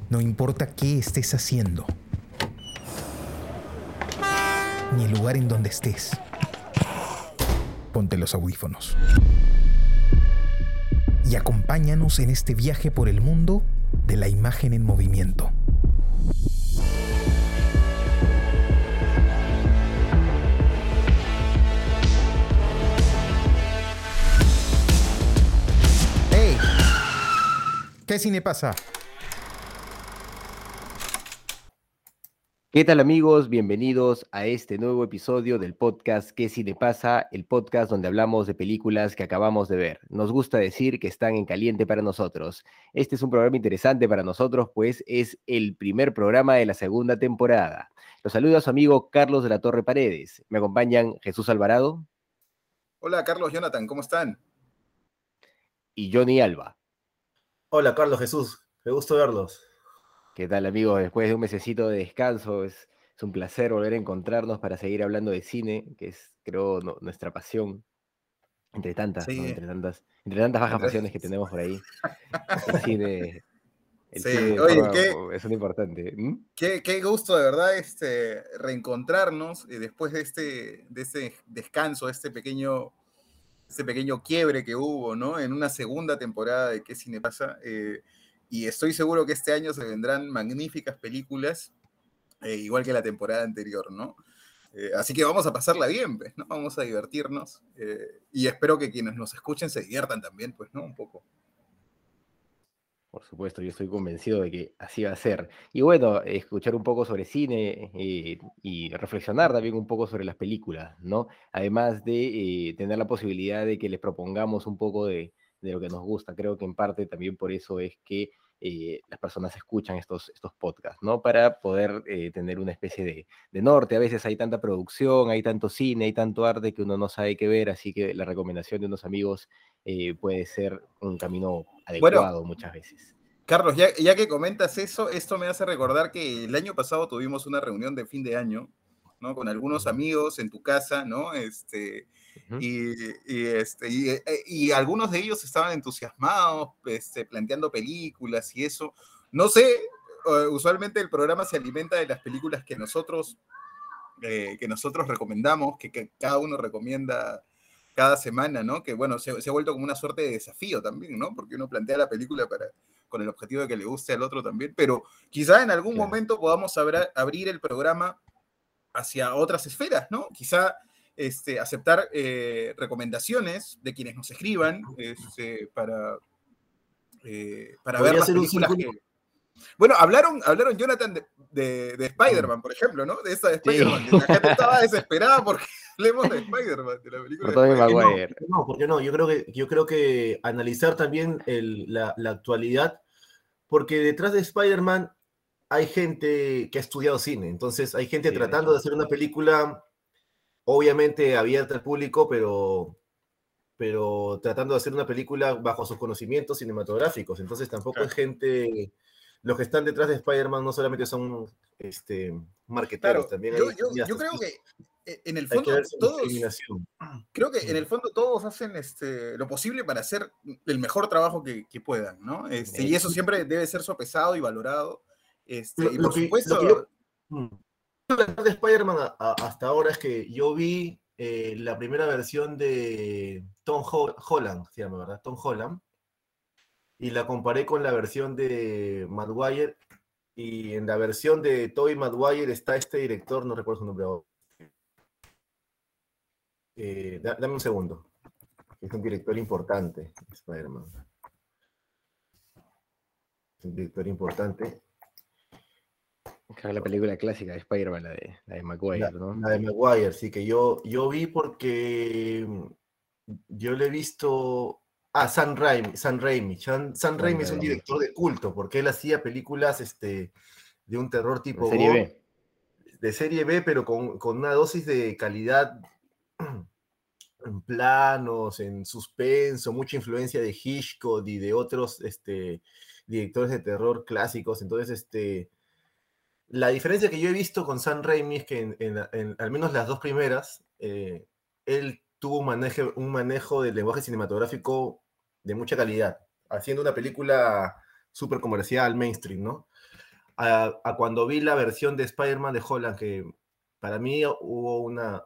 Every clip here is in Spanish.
No importa qué estés haciendo, ni el lugar en donde estés. Ponte los audífonos. Y acompáñanos en este viaje por el mundo de la imagen en movimiento. ¡Hey! ¿Qué cine pasa? ¿Qué tal, amigos? Bienvenidos a este nuevo episodio del podcast ¿Qué cine pasa? El podcast donde hablamos de películas que acabamos de ver. Nos gusta decir que están en caliente para nosotros. Este es un programa interesante para nosotros, pues es el primer programa de la segunda temporada. Los saluda a su amigo Carlos de la Torre Paredes. Me acompañan Jesús Alvarado. Hola, Carlos, Jonathan, ¿cómo están? Y Johnny Alba. Hola, Carlos, Jesús. Qué gusto verlos. ¿Qué tal, amigos? Después de un mesecito de descanso, es un placer volver a encontrarnos para seguir hablando de cine, que es, creo, nuestra pasión. Entre tantas, sí. ¿no? Entre tantas bajas pasiones que tenemos por ahí. El cine, Oye, es un importante. Qué gusto, de verdad, reencontrarnos después de este descanso, este pequeño quiebre que hubo, ¿no? En una segunda temporada de ¿Qué cine pasa? Y estoy seguro que este año se vendrán magníficas películas, igual que la temporada anterior, ¿no? Así que vamos a pasarla bien, pues, ¿no? Vamos a divertirnos y espero que quienes nos escuchen se diviertan también, pues, ¿no? Un poco. Por supuesto, yo estoy convencido de que así va a ser. Y bueno, escuchar un poco sobre cine y reflexionar también un poco sobre las películas, ¿no? Además de tener la posibilidad de que les propongamos un poco de lo que nos gusta. Creo que en parte también por eso es que las personas escuchan estos podcasts, ¿no? Para poder tener una especie de norte. A veces hay tanta producción, hay tanto cine, hay tanto arte que uno no sabe qué ver, así que la recomendación de unos amigos puede ser un camino adecuado muchas veces. Carlos, ya que comentas eso, esto me hace recordar que el año pasado tuvimos una reunión de fin de año, ¿no? Con algunos amigos en tu casa, ¿no? Y algunos de ellos estaban entusiasmados, planteando películas y eso. No sé, usualmente el programa se alimenta de las películas que nosotros recomendamos, que cada uno recomienda cada semana, ¿no? Que bueno, se ha vuelto como una suerte de desafío también, ¿no? Porque uno plantea la película con el objetivo de que le guste al otro también, pero quizá en algún momento podamos abrir el programa hacia otras esferas, ¿no? Quizá aceptar recomendaciones de quienes nos escriban para ver las películas que... Bueno, hablaron Jonathan, de Spider-Man, por ejemplo, ¿no? De esa de Spider-Man. Sí. La gente estaba desesperada porque hablemos de Spider-Man, de la película de Spider-Man. No, porque no, yo creo que analizar también la actualidad, porque detrás de Spider-Man hay gente que ha estudiado cine, entonces hay gente tratando de hacer una película, obviamente abierta al público, pero tratando de hacer una película bajo sus conocimientos cinematográficos, entonces tampoco es gente... Los que están detrás de Spider-Man no solamente son marqueteros, también hay... Yo creo que en el fondo todos... Creo que en el fondo todos hacen lo posible para hacer el mejor trabajo que puedan, ¿no? Y eso siempre debe ser sopesado y valorado. Y por supuesto... de Spider-Man hasta ahora es que yo vi la primera versión de Tom Holland, se llama, ¿verdad? Tom Holland. Y la comparé con la versión de Maguire, y en la versión de Tobey Maguire está este director, no recuerdo su nombre ahora. Dame un segundo. Es un director importante, Spider-Man. Es un director importante. La película clásica de Spider-Man, la de Maguire, ¿no? La de Maguire, sí, que yo vi porque yo le he visto... Sam Raimi. Sam Raimi es un director de culto, porque él hacía películas de un terror tipo de serie B. De serie B, pero con una dosis de calidad en planos, en suspenso, mucha influencia de Hitchcock y de otros directores de terror clásicos. Entonces, la diferencia que yo he visto con Sam Raimi es que en al menos las dos primeras, él tuvo un manejo del lenguaje cinematográfico de mucha calidad, haciendo una película súper comercial, mainstream, ¿no? A cuando vi la versión de Spider-Man de Holland, que para mí hubo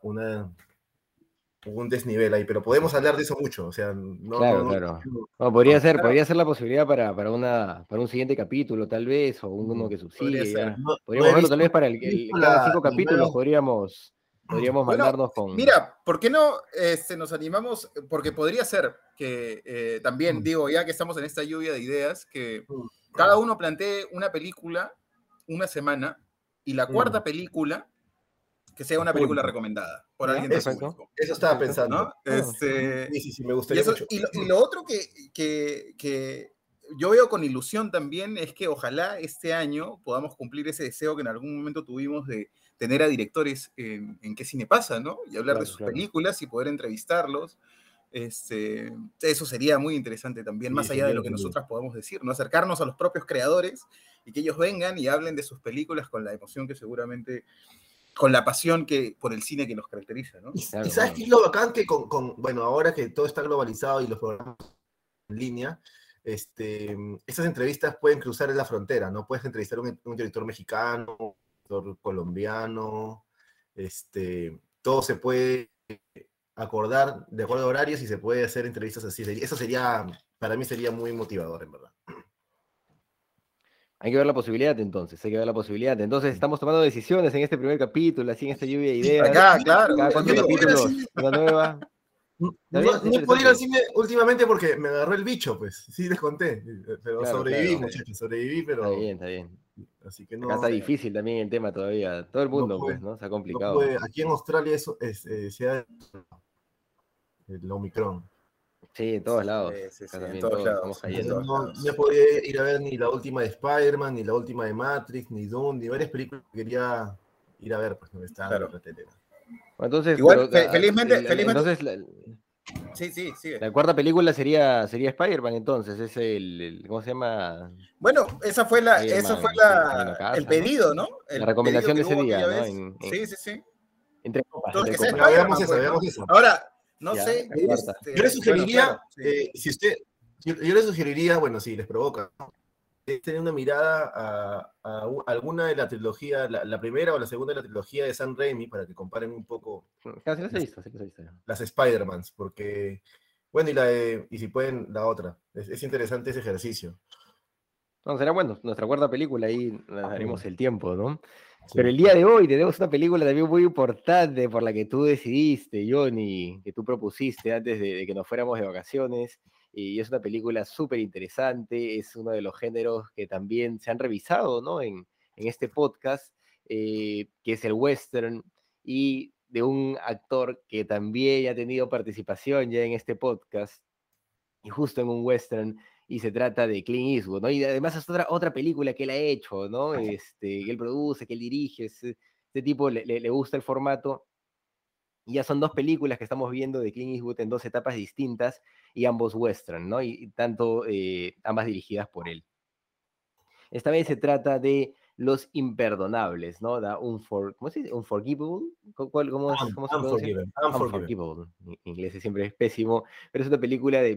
un desnivel ahí, pero podemos hablar de eso mucho, o sea, Claro, claro. No, podría ser la posibilidad para un siguiente capítulo, tal vez, o uno que Podría subsigue, ser. ya. no Podríamos he verlo visto, tal vez para he visto cada la 5 capítulos, nueva. podríamos Bueno, mandarnos con... mira, ¿por qué no nos animamos? Porque podría ser que también, digo, ya que estamos en esta lluvia de ideas, que cada uno plantee una película una semana y la cuarta película que sea una película Público. recomendada por Ya, alguien del Eso, perfecto. público, eso estaba Perfecto. pensando. ¿no? Bueno, Sí, me Y, gustaría mucho. y lo otro que yo veo con ilusión también es que ojalá este año podamos cumplir ese deseo que en algún momento tuvimos de tener a directores en qué cine pasa, ¿no? Y hablar de claro, sus claro. películas y poder entrevistarlos. Eso sería muy interesante también, Sí, más allá de sería lo que increíble. nosotras podamos decir, ¿no? Acercarnos a los propios creadores y que ellos vengan y hablen de sus películas con la emoción que seguramente, con la pasión que por el cine que los caracteriza, ¿no? Claro, Y sabes bueno. qué es lo bacán que bueno, ahora que todo está globalizado y los programas en línea, estas entrevistas pueden cruzar en la frontera, ¿no? Puedes entrevistar a un director mexicano, un director colombiano, todo se puede acordar de acuerdo a horarios y se puede hacer entrevistas así. Eso sería, para mí sería muy motivador, en verdad. Hay que ver la posibilidad entonces, hay que ver la posibilidad. Entonces estamos tomando decisiones en este primer capítulo, así en esta lluvia de ideas. Acá, claro. ¿Cada cuántos Digo, capítulos? Una nueva. ¿Está bien? Está No he podido ir al interesante. cine últimamente porque me agarró el bicho, pues. Sí, les conté. Pero Claro, sobreviví, claro. muchachos, sobreviví, Está pero. bien, está bien. Así que Acá está no, difícil también el tema todavía. Todo el no mundo, pude, pues, ¿no? Se ha no complicado. pude. Aquí en Australia eso se da el Omicron. Sí, en todos lados. Sí, Acá en también todos todos estamos lados, en Entonces cayendo. todos no he lados. podido ir a ver ni la última de Spider-Man, ni la última de Matrix, ni Doom, ni varias películas que quería ir a ver, pues no estaban en la Claro. cartelera. Entonces, Igual, pero felizmente, entonces sí, sigue. la cuarta película sería Spider-Man, entonces, es ¿cómo se llama? Bueno, eso fue Spider-Man que viene a el casa, ¿no? pedido, ¿no? La El pedido recomendación de que ese hubo día, aquella ¿no? vez. Sí. Entre copas, Entonces, entre que sea copas. Ya, veamos Spider-Man, esa, pues, ¿no? veamos esa. Ahora, no Ya, sé, la cuarta. Yo le sugeriría, claro, sí. si usted, yo le sugeriría, bueno, si les provoca, tener una mirada alguna de la trilogía, la primera o la segunda de la trilogía de Sam Raimi, para que comparen un poco Claro, sí los he visto, sí los he visto. las Spider-Mans, porque, bueno, y si pueden, la otra. Es interesante ese ejercicio. No, será bueno, nuestra cuarta película, ahí nos daremos el tiempo, ¿no? Pero Sí. el día de hoy tenemos una película también muy importante por la que tú decidiste, Johnny, que tú propusiste antes de que nos fuéramos de vacaciones. Y es una película súper interesante, es uno de los géneros que también se han revisado, ¿no? En este podcast, que es el western, y de un actor que también ha tenido participación ya en este podcast, y justo en un western, y se trata de Clint Eastwood, ¿no? Y además es otra película que él ha hecho, ¿no? Que él produce, que él dirige, este tipo le gusta el formato, y ya son dos películas que estamos viendo de Clint Eastwood en dos etapas distintas, y ambos western, ¿no? Y tanto, ambas dirigidas por él. Esta vez se trata de Los Imperdonables, ¿no? ¿Cómo se dice? Unforgivable. ¿Cómo se pronuncia? Unforgiven. Unforgivable. Mi inglés siempre es pésimo, pero es una película de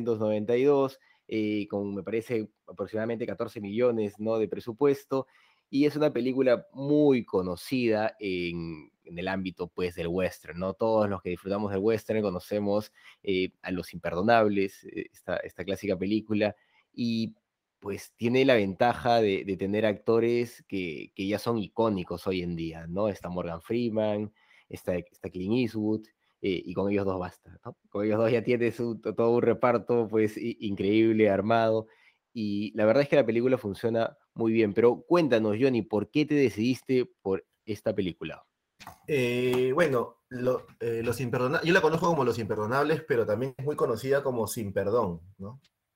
1992, con, me parece, aproximadamente 14 millones, ¿no? De presupuesto, y es una película muy conocida en el ámbito, pues, del western, ¿no? Todos los que disfrutamos del western conocemos a Los Imperdonables, esta clásica película, y pues tiene la ventaja de tener actores que ya son icónicos hoy en día, ¿no? Está Morgan Freeman, está Clint Eastwood, y con ellos dos basta, ¿no? Con ellos dos ya tienes todo un reparto, pues, increíble, armado, y la verdad es que la película funciona muy bien, pero cuéntanos, Johnny, ¿por qué te decidiste por esta película? Bueno, Los Imperdonables, yo la conozco como Los Imperdonables, pero también es muy conocida como Sin Perdón, ¿no?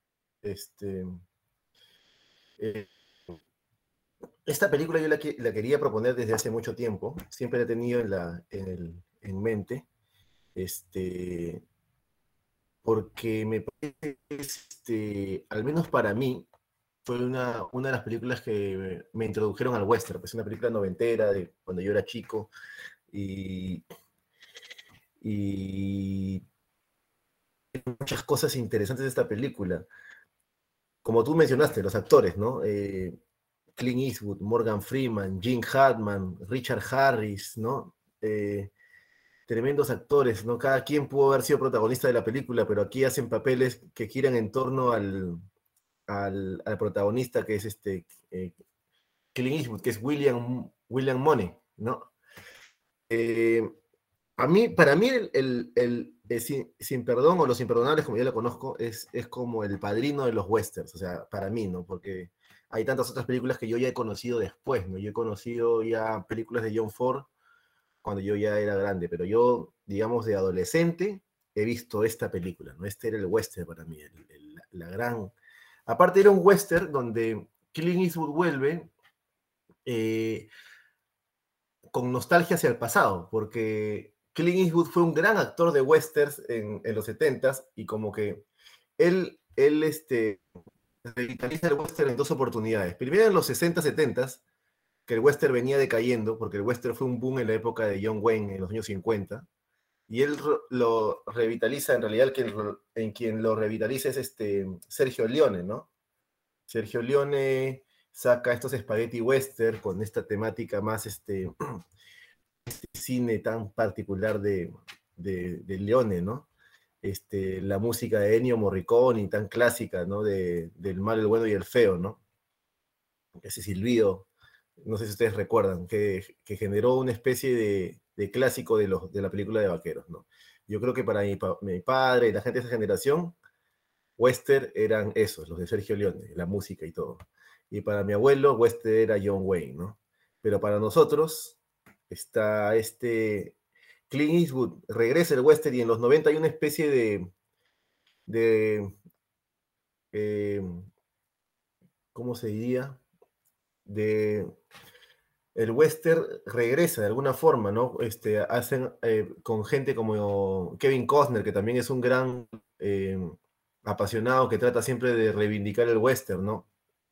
Eh, Esta película yo la quería proponer desde hace mucho tiempo, siempre la he tenido en mente, porque me parece, al menos para mí, fue una de las películas que me introdujeron al western, pues una película noventera de cuando yo era chico, y, y hay muchas cosas interesantes de esta película. como tú mencionaste, los actores, ¿no? Clint Eastwood, Morgan Freeman, Gene Hackman, Richard Harris, ¿no? Tremendos actores, ¿no? Cada quien pudo haber sido protagonista de la película, pero aquí hacen papeles que giran en torno al protagonista, que es Clint Eastwood, que es William Money, ¿no? Para mí, Sin Perdón o Los Imperdonables, como yo lo conozco, es como el padrino de los westerns, o sea, para mí, ¿no? Porque hay tantas otras películas que yo ya he conocido después, ¿no? Yo he conocido ya películas de John Ford cuando yo ya era grande, pero yo, digamos, de adolescente, he visto esta película, ¿no? Este era el western para mí, la gran... Aparte era un western donde Clint Eastwood vuelve con nostalgia hacia el pasado, porque Clint Eastwood fue un gran actor de westerns en los 70s y como que él revitaliza el western en dos oportunidades. Primero en los 60, 70s, que el western venía decayendo, porque el western fue un boom en la época de John Wayne, en los años 50, y él lo revitaliza, en realidad quien lo revitaliza es Sergio Leone, ¿no? Sergio Leone saca estos spaghetti western con esta temática más, este cine tan particular de Leone, ¿no? La música de Ennio Morricone, tan clásica, ¿no? Del mal, el bueno y el feo, ¿no? Ese silbido, no sé si ustedes recuerdan, que generó una especie de clásico de la película de vaqueros, ¿no? Yo creo que para mi padre y la gente de esa generación, western eran esos, los de Sergio Leone, la música y todo. Y para mi abuelo, western era John Wayne, ¿no? Pero para nosotros está Clint Eastwood, regresa el western y en los 90 hay una especie ¿cómo se diría? El western regresa de alguna forma, ¿no? Hacen con gente como Kevin Costner, que también es un gran apasionado que trata siempre de reivindicar el western, ¿no?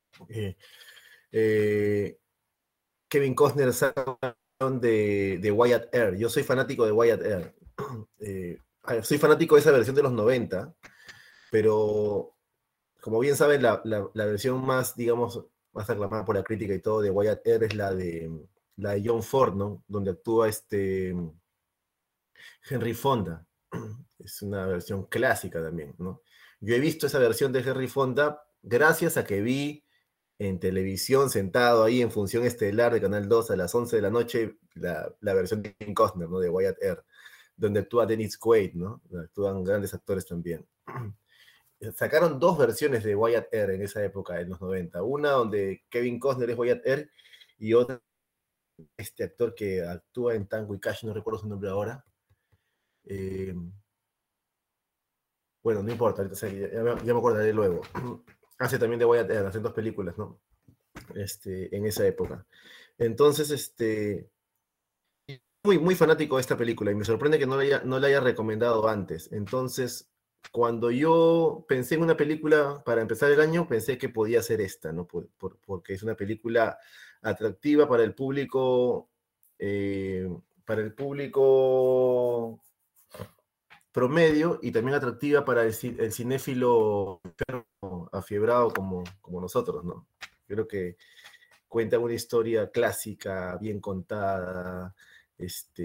Kevin Costner saca de Wyatt Earp. Yo soy fanático de Wyatt Earp. Soy fanático de esa versión de los 90, pero como bien saben, la versión más, digamos, más aclamada por la crítica y todo de Wyatt Earp es la de John Ford, ¿no? Donde actúa Henry Fonda. Es una versión clásica también, ¿no? Yo he visto esa versión de Henry Fonda gracias a que vi en televisión, sentado ahí en Función Estelar de Canal 2 a las 11 de la noche, la versión de Kevin Costner, ¿no? De Wyatt Earp, donde actúa Dennis Quaid, ¿no? Actúan grandes actores también. Sacaron dos versiones de Wyatt Earp en esa época, en los 90. Una donde Kevin Costner es Wyatt Earp y otra, este actor que actúa en Tango y Cash, no recuerdo su nombre ahora. Bueno, no importa, ya me acordaré luego. Hace también de Wyatt Earp, hacen dos películas, ¿no? En esa época. Entonces, muy, muy fanático de esta película y me sorprende que no la haya recomendado antes. Entonces, cuando yo pensé en una película para empezar el año, pensé que podía ser esta, ¿no? Porque es una película atractiva para el público promedio y también atractiva para el cinéfilo afiebrado como nosotros, ¿no? Creo que cuenta una historia clásica, bien contada, es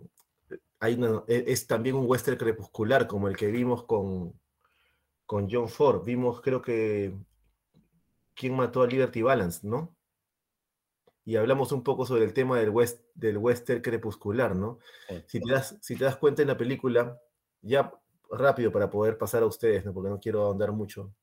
también un western crepuscular como el que vimos con John Ford. Vimos, creo que, ¿Quién mató a Liberty Balance?, ¿no? Y hablamos un poco sobre el tema del western crepuscular, ¿no? Si te das cuenta en la película, ya rápido para poder pasar a ustedes, ¿no? Porque no quiero ahondar mucho.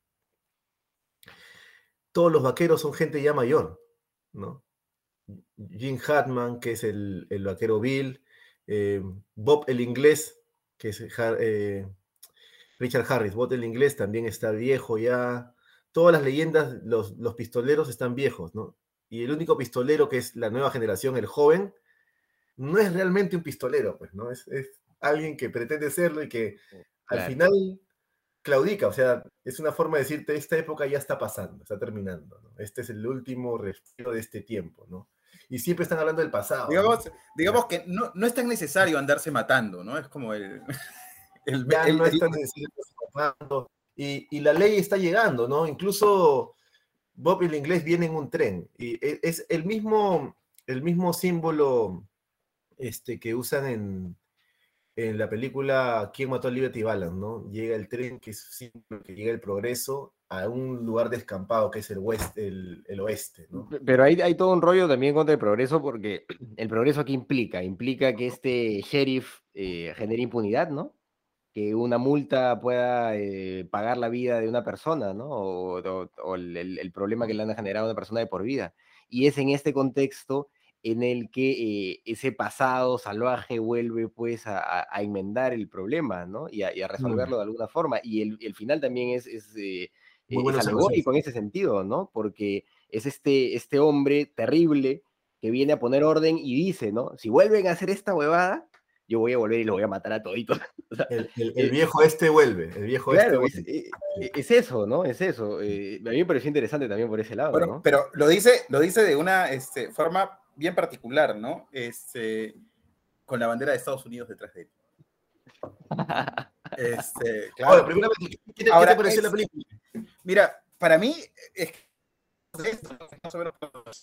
Todos los vaqueros son gente ya mayor, ¿no? Gene Hackman, que es el vaquero Bill, Bob el inglés, que es Richard Harris. Bob el inglés también está viejo ya. Todas las leyendas, los pistoleros están viejos, ¿no? Y el único pistolero que es la nueva generación, el joven, no es realmente un pistolero, pues, ¿no? Es alguien que pretende serlo y que al final claudica, o sea, es una forma de decirte, esta época ya está pasando, está terminando, ¿no? Este es el último respiro de este tiempo, ¿no? Y siempre están hablando del pasado. Digamos que no es tan necesario andarse matando, ¿no? Es como el no es tan necesario andarse matando. y la ley está llegando, ¿no? Incluso Bob el inglés viene en un tren, y es el mismo símbolo que usan en la película ¿Quién mató a Liberty Balance?, ¿no? Llega el tren, que es símbolo que llega el progreso a un lugar descampado que es el oeste, ¿no? Pero hay todo un rollo también contra el progreso, porque el progreso aquí implica que este sheriff genere impunidad, ¿no? Que una multa pueda pagar la vida de una persona, ¿no? O el problema que le han generado a una persona de por vida. Y es en este contexto en el que ese pasado salvaje vuelve pues a enmendar el problema, ¿no? Y a resolverlo de alguna forma. Y el final también Muy buena es observación. alegórico en ese sentido, ¿no? Porque es este hombre terrible que viene a poner orden y dice, ¿no? Si vuelven a hacer esta huevada, yo voy a volver y lo voy a matar a toditos. O sea, El viejo este vuelve, el viejo este claro, vuelve. es eso, ¿no? Es eso. A mí me pareció interesante también por ese lado, Bueno, ¿no? pero lo dice de una forma bien particular, ¿no? Con la bandera de Estados Unidos detrás de él. Claro. Ahora, primeramente, ¿qué te pareció la película? Mira, para mí, es más o menos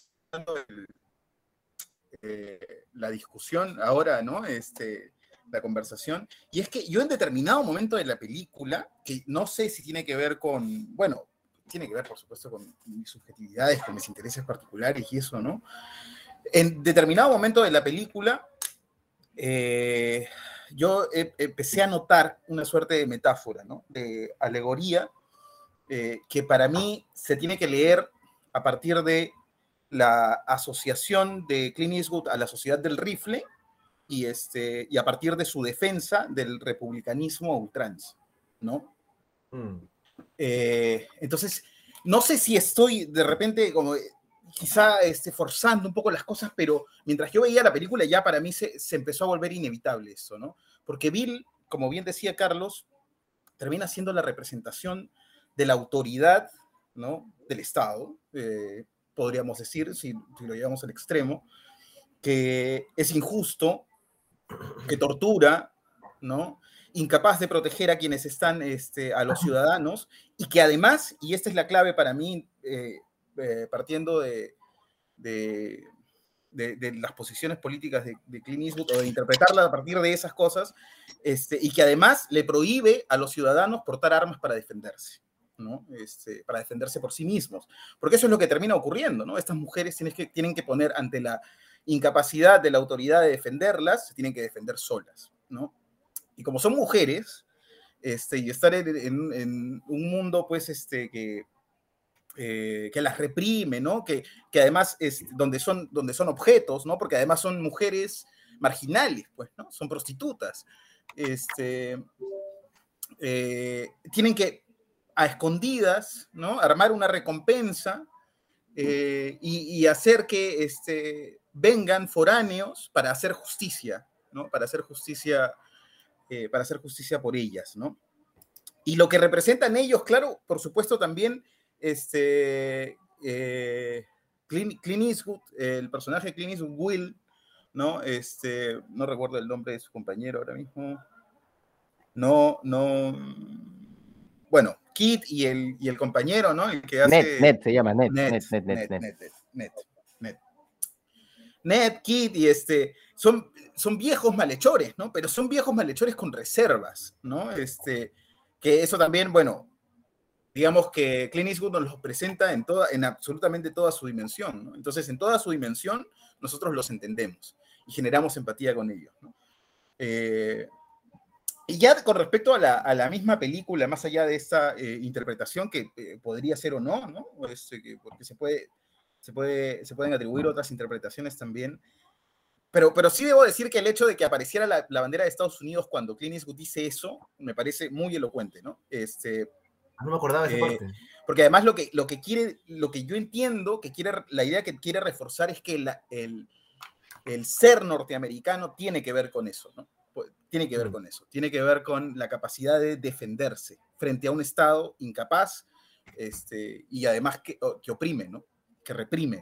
la discusión ahora, ¿no? La conversación. Y es que yo en determinado momento de la película, que no sé si tiene que ver con, bueno, tiene que ver, por supuesto, con mis subjetividades, con mis intereses particulares y eso, ¿no? En determinado momento de la película, yo empecé a notar una suerte de metáfora, ¿no? De alegoría, que para mí se tiene que leer a partir de la asociación de Clint Eastwood a la sociedad del rifle y a partir de su defensa del republicanismo a ultranza, ¿no? Entonces, no sé si estoy de repente como quizá forzando un poco las cosas, pero mientras yo veía la película ya para mí se empezó a volver inevitable eso, ¿no? Porque Bill, como bien decía Carlos, termina siendo la representación de la autoridad, ¿no? Del Estado, podríamos decir, si lo llevamos al extremo, que es injusto, que tortura, ¿no? Incapaz de proteger a quienes están, a los ciudadanos, y que además, y esta es la clave para mí, partiendo de las posiciones políticas de Clint Eastwood, o de interpretarla a partir de esas cosas, y que además le prohíbe a los ciudadanos portar armas para defenderse, ¿no? Para defenderse por sí mismos. Porque eso es lo que termina ocurriendo, ¿no? Estas mujeres tienen que poner ante la incapacidad de la autoridad de defenderlas, se tienen que defender solas, ¿no? Y como son mujeres, y estar en un mundo, pues, que las reprime, ¿no? Que además es donde son objetos, ¿no? Porque además son mujeres marginales, pues, ¿no? Son prostitutas. Tienen que, a escondidas, ¿no? Armar una recompensa y hacer que vengan foráneos para hacer justicia, ¿no? Para hacer justicia por ellas, ¿no? Y lo que representan ellos, claro, por supuesto también, Clint Eastwood, el personaje de Clint Eastwood, Will, ¿no? No recuerdo el nombre de su compañero ahora mismo. Bueno, Kid y el compañero, ¿no? El que hace... Ned se llama, Ned. Ned, Kid y son viejos malhechores, ¿no? Pero son viejos malhechores con reservas, ¿no? Que eso también, bueno, digamos que Clint Eastwood nos los presenta en absolutamente toda su dimensión, ¿no? Entonces, en toda su dimensión, nosotros los entendemos y generamos empatía con ellos, ¿no? Y ya con respecto a la misma película, más allá de esta interpretación que podría ser o no, ¿no? Porque se pueden atribuir otras interpretaciones también. Pero sí debo decir que el hecho de que apareciera la bandera de Estados Unidos cuando Clint Eastwood dice eso, me parece muy elocuente, ¿no? No me acordaba de esa parte. Porque además lo que yo entiendo, la idea que quiere reforzar es que el ser norteamericano tiene que ver con eso, ¿no? Tiene que ver con eso, tiene que ver con la capacidad de defenderse frente a un Estado incapaz, y además que oprime, ¿no? Que reprime.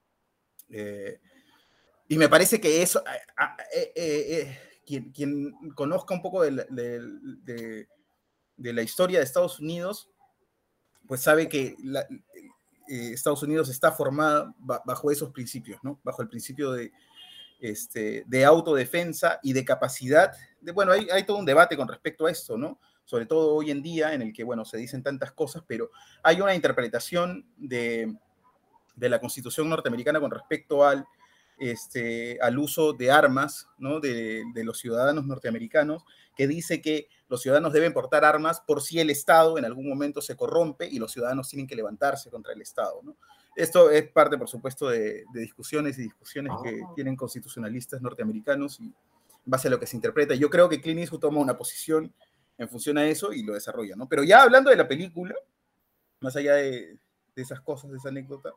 Y me parece que eso, quien conozca un poco de la historia de Estados Unidos, pues sabe que Estados Unidos está formada bajo esos principios, ¿no? Bajo el principio de autodefensa y de capacidad. Bueno, hay todo un debate con respecto a esto, ¿no? Sobre todo hoy en día, en el que, bueno, se dicen tantas cosas, pero hay una interpretación de la Constitución norteamericana con respecto al uso de armas, ¿no? de los ciudadanos norteamericanos, que dice que los ciudadanos deben portar armas por si el Estado en algún momento se corrompe y los ciudadanos tienen que levantarse contra el Estado, ¿no? Esto es parte, por supuesto, de discusiones que tienen constitucionalistas norteamericanos y en base a lo que se interpreta. Yo creo que Clint Eastwood toma una posición en función a eso y lo desarrolla, ¿no? Pero ya hablando de la película, más allá de esas cosas, de esa anécdota,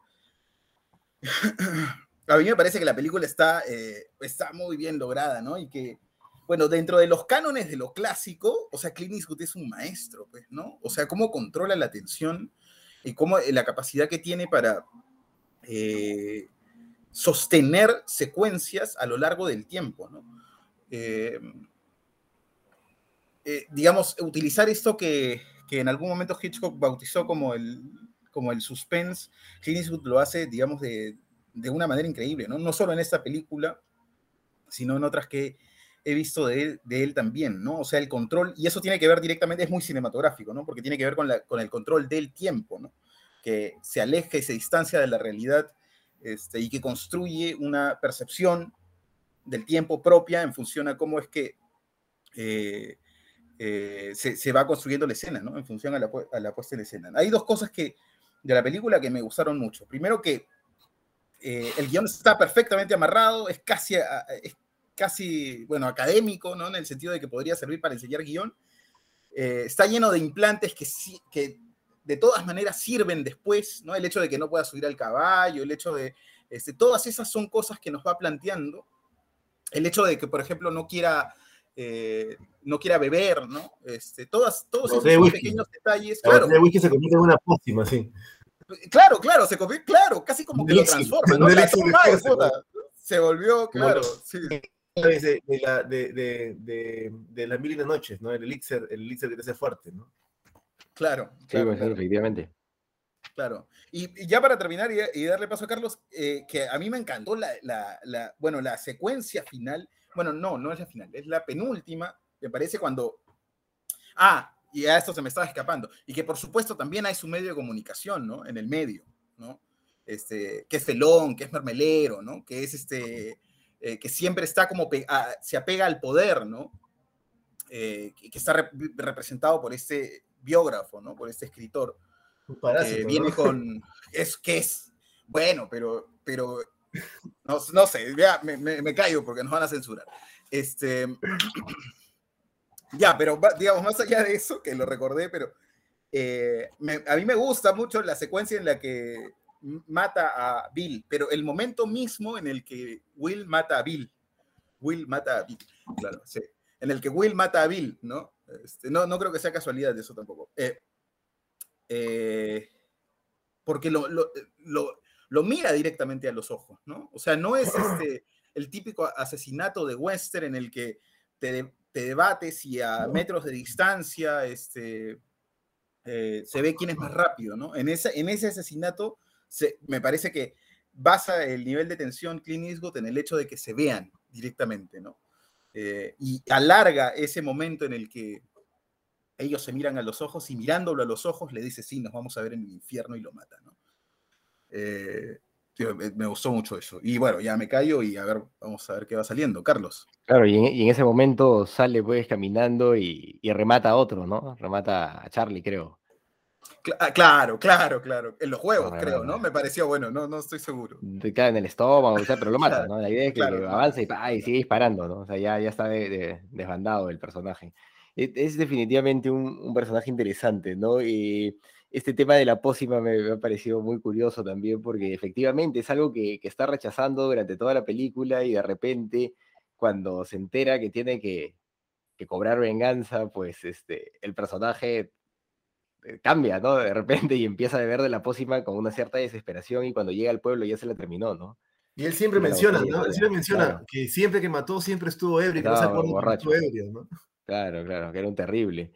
a mí me parece que la película está muy bien lograda, ¿no? Y que, bueno, dentro de los cánones de lo clásico, o sea, Clint Eastwood es un maestro, pues, ¿no? O sea, cómo controla la atención y cómo la capacidad que tiene para sostener secuencias a lo largo del tiempo, ¿no? Digamos, utilizar esto que en algún momento Hitchcock bautizó como el suspense, Clint Eastwood lo hace, digamos, de una manera increíble, ¿no? No solo en esta película, sino en otras que he visto de él también, ¿no? O sea, el control, y eso tiene que ver directamente, es muy cinematográfico, ¿no? Porque tiene que ver con el control del tiempo, ¿no? Que se aleja y se distancia de la realidad y que construye una percepción del tiempo propia en función a cómo es que se va construyendo la escena, ¿no? En función a la puesta en escena. Hay dos cosas de la película que me gustaron mucho. Primero que el guión está perfectamente amarrado, es casi, bueno, académico, ¿no? En el sentido de que podría servir para enseñar guión. Está lleno de implantes que de todas maneras sirven después, ¿no? El hecho de que no pueda subir al caballo, el hecho de... todas esas son cosas que nos va planteando. El hecho de que, por ejemplo, no quiera beber, ¿no? Todos esos pequeños detalles. Claro, el whisky se convierte en una pócima, sí. Claro, se convierte, claro, casi como que lo transforma, ¿no? La toma de puta se volvió, claro, sí. De las 1001 noches, ¿no? El elixir que te hace fuerte, ¿no? Claro. Sí, efectivamente. Claro. Y ya para terminar y darle paso a Carlos, que a mí me encantó la secuencia final. Bueno, no es la final, es la penúltima, me parece, cuando... y a esto se me estaba escapando. Y que por supuesto también hay su medio de comunicación, ¿no? En el medio, ¿no? Que es felón, que es mermelero, ¿no? Que es que siempre está como se apega al poder, ¿no? Que está representado por este biógrafo, ¿no? Por este escritor. Un parásito, que viene, ¿no? con... es bueno, pero no sé, ya me callo porque nos van a censurar. Ya, pero digamos, más allá de eso, que lo recordé, pero a mí me gusta mucho la secuencia en la que mata a Bill, pero el momento mismo en el que Will mata a Bill, claro, sí, en el que Will mata a Bill, ¿no? No creo que sea casualidad de eso tampoco. Porque lo mira directamente a los ojos, ¿no? O sea, no es el típico asesinato de western en el que te debates y a metros de distancia se ve quién es más rápido, ¿no? En ese asesinato me parece que basa el nivel de tensión Clint Eastwood en el hecho de que se vean directamente, ¿no? Y alarga ese momento en el que ellos se miran a los ojos y mirándolo a los ojos le dice, sí, nos vamos a ver en el infierno y lo mata, ¿no? Me gustó mucho eso. Y bueno, ya me callo y vamos a ver qué va saliendo. Carlos. Claro, y en ese momento sale pues caminando y remata a otro, ¿no? Remata a Charlie, creo. Claro. En los juegos, creo, ¿no? Me pareció bueno, no estoy seguro. Te cae en el estómago, o sea, pero lo mata, Claro, ¿no? La idea es que avanza y sigue disparando, ¿no? O sea, ya está desbandado el personaje. Es definitivamente un personaje interesante, ¿no? Y este tema de la pócima me ha parecido muy curioso también, porque efectivamente es algo que está rechazando durante toda la película y de repente, cuando se entera que tiene que cobrar venganza, pues el personaje cambia, ¿no? De repente y empieza a beber de la pócima con una cierta desesperación y cuando llega al pueblo ya se la terminó, ¿no? Y él siempre menciona, ¿no? Él siempre menciona que siempre que mató siempre estuvo ebrio, que no se acuerda que estuvo ebrio, ¿no? Claro, que era un terrible.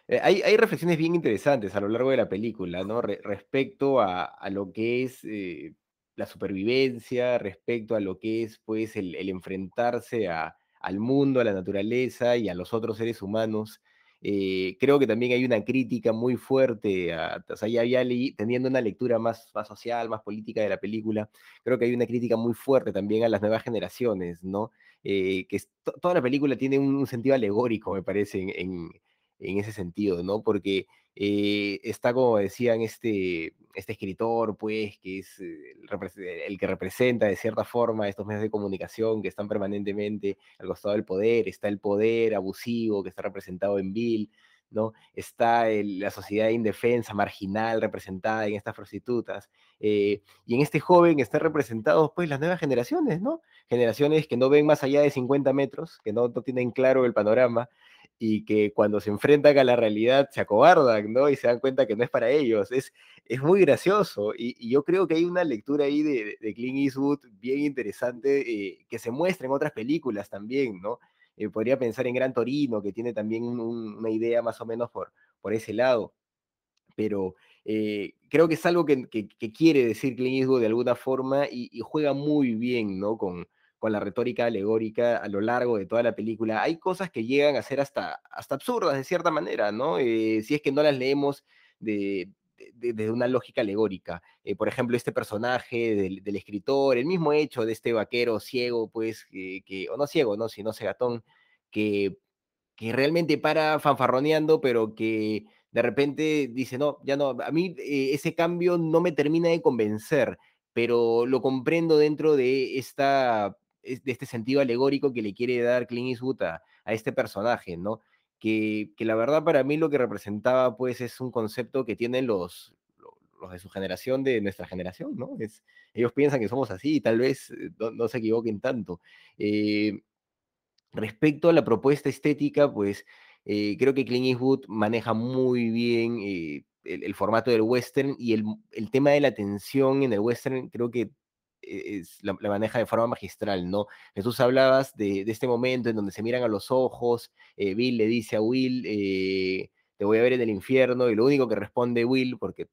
Hay reflexiones bien interesantes a lo largo de la película, ¿no? Respecto a lo que es la supervivencia, respecto a lo que es, pues, el enfrentarse al mundo, a la naturaleza y a los otros seres humanos. Creo que también hay una crítica muy fuerte, o sea, ya teniendo una lectura más social, más política de la película, creo que hay una crítica muy fuerte también a las nuevas generaciones, ¿no? Toda la película tiene un sentido alegórico, me parece, en ese sentido, ¿no? Porque está, como decían, este escritor, pues, que es el que representa de cierta forma estos medios de comunicación que están permanentemente al costado del poder, está el poder abusivo que está representado en Bill, ¿no? Está la sociedad indefensa, marginal, representada en estas prostitutas, y en este joven están representados, pues, las nuevas generaciones, ¿no? Generaciones que no ven más allá de 50 metros, que no tienen claro el panorama, y que cuando se enfrentan a la realidad se acobardan, ¿no? Y se dan cuenta que no es para ellos. Es muy gracioso y yo creo que hay una lectura ahí de Clint Eastwood bien interesante que se muestra en otras películas también, ¿no? Podría pensar en Gran Torino, que tiene también una idea más o menos por ese lado, pero creo que es algo que quiere decir Clint Eastwood de alguna forma y juega muy bien, ¿no? Con la retórica alegórica a lo largo de toda la película. Hay cosas que llegan a ser hasta absurdas de cierta manera, ¿no? Si es que no las leemos de una lógica alegórica. Por ejemplo, este personaje del escritor, el mismo hecho de este vaquero ciego, pues, o no ciego, ¿no? Sino cegatón, que realmente para fanfarroneando, pero que de repente dice, no, ya no, a mí ese cambio no me termina de convencer, pero lo comprendo dentro de de este sentido alegórico que le quiere dar Clint Eastwood a este personaje, ¿no? Que la verdad para mí lo que representaba pues es un concepto que tienen los de su generación, de nuestra generación, ¿no? Ellos piensan que somos así y tal vez no se equivoquen tanto. Eh, Respecto a la propuesta estética, pues creo que Clint Eastwood maneja muy bien el formato del western y el tema de la tensión en el western creo que la maneja de forma magistral, ¿no? Jesús, hablabas de este momento en donde se miran a los ojos, Bill le dice a Will, te voy a ver en el infierno, y lo único que responde Will, porque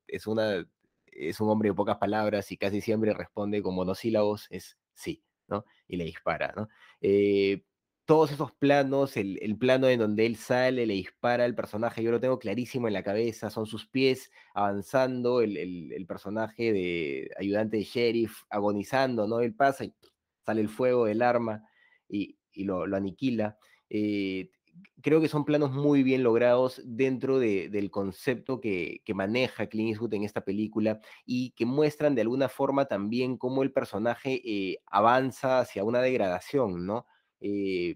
es un hombre de pocas palabras y casi siempre responde con monosílabos, es sí, ¿no? Y le dispara, ¿no? Eh, todos esos planos, el plano en donde él sale, le dispara al personaje, yo lo tengo clarísimo en la cabeza, son sus pies avanzando, el personaje de ayudante de sheriff agonizando, ¿no? Él pasa y sale el fuego del arma y lo aniquila. Eh, Creo que son planos muy bien logrados dentro del concepto que maneja Clint Eastwood en esta película y que muestran de alguna forma también cómo el personaje avanza hacia una degradación, ¿no? Eh,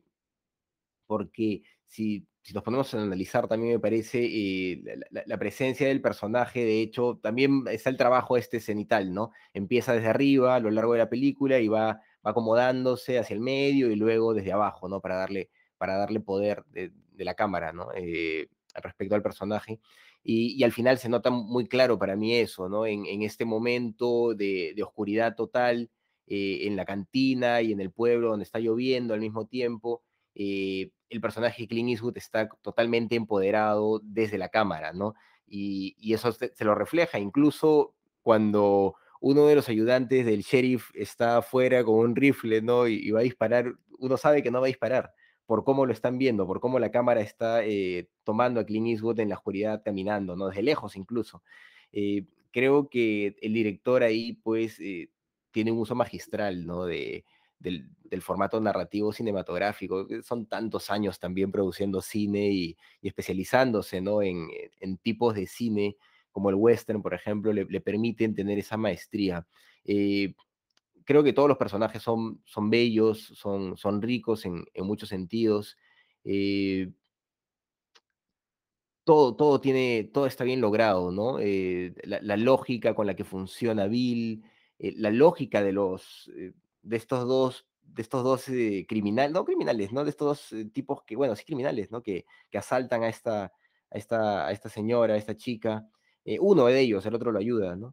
Porque si nos ponemos a analizar, también me parece la presencia del personaje, de hecho, también está el trabajo este cenital, ¿no? Empieza desde arriba a lo largo de la película y va acomodándose hacia el medio y luego desde abajo, ¿no? Para darle poder de la cámara, ¿no? Respecto al personaje. Y al final se nota muy claro para mí eso, ¿no? En este momento de oscuridad total, en la cantina y en el pueblo donde está lloviendo al mismo tiempo, el personaje de Clint Eastwood está totalmente empoderado desde la cámara, ¿no? Y eso se lo refleja, incluso cuando uno de los ayudantes del sheriff está afuera con un rifle, ¿no? Y va a disparar, uno sabe que no va a disparar por cómo lo están viendo, por cómo la cámara está tomando a Clint Eastwood en la oscuridad caminando, ¿no? Desde lejos incluso. Creo que el director ahí, pues, tiene un uso magistral, ¿no? Del formato narrativo cinematográfico. Son tantos años también produciendo cine y especializándose, ¿no? En tipos de cine como el western, por ejemplo, le permiten tener esa maestría. Eh, Creo que todos los personajes son bellos, son ricos en muchos sentidos. Eh, todo está bien logrado, ¿no? La lógica con la que funciona Bill, la lógica de estos dos criminales, no criminales, ¿no? De estos dos tipos que, bueno, sí criminales, ¿no? Que asaltan a esta señora, a esta chica. Uno de ellos, el otro lo ayuda, ¿no?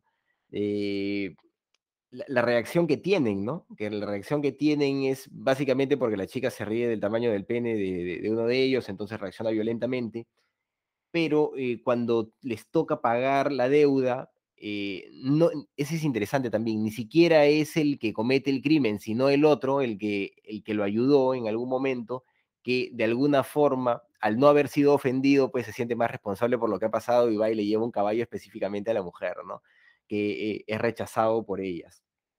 La reacción que tienen, ¿no? Que la reacción que tienen es básicamente porque la chica se ríe del tamaño del pene de uno de ellos, entonces reacciona violentamente pero cuando les toca pagar la deuda, no, ese es interesante también, ni siquiera es el que comete el crimen, sino el otro, el que lo ayudó en algún momento, que de alguna forma, al no haber sido ofendido, pues se siente más responsable por lo que ha pasado y va y le lleva un caballo específicamente a la mujer, ¿no? Que es rechazado por ellas.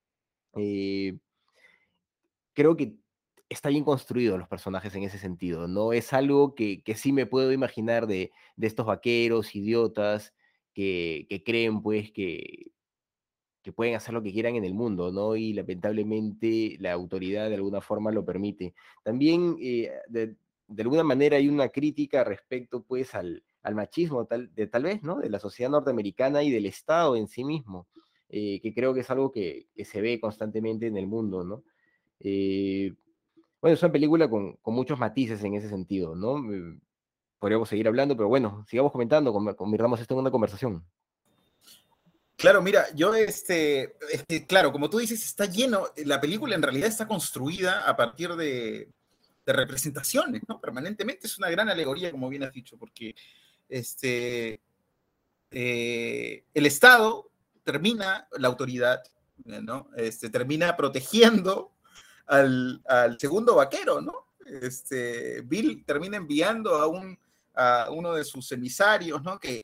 Creo que está bien construido los personajes en ese sentido, ¿no? Es algo que sí me puedo imaginar de estos vaqueros, idiotas, que creen, pues, que pueden hacer lo que quieran en el mundo, ¿no? Y lamentablemente la autoridad de alguna forma lo permite. También, de alguna manera hay una crítica respecto, pues, al machismo, tal vez, ¿no? De la sociedad norteamericana y del Estado en sí mismo, que creo que es algo que se ve constantemente en el mundo, ¿no? Bueno, es una película con muchos matices en ese sentido, ¿no? Podríamos seguir hablando, pero bueno, sigamos comentando, convirtamos esto en una conversación. Claro, mira, claro, como tú dices, está lleno, la película en realidad está construida a partir de representaciones, ¿no? Permanentemente es una gran alegoría, como bien has dicho, porque el Estado termina, la autoridad, ¿no? Termina protegiendo al segundo vaquero, ¿no? Bill termina enviando a uno de sus emisarios, ¿no? Que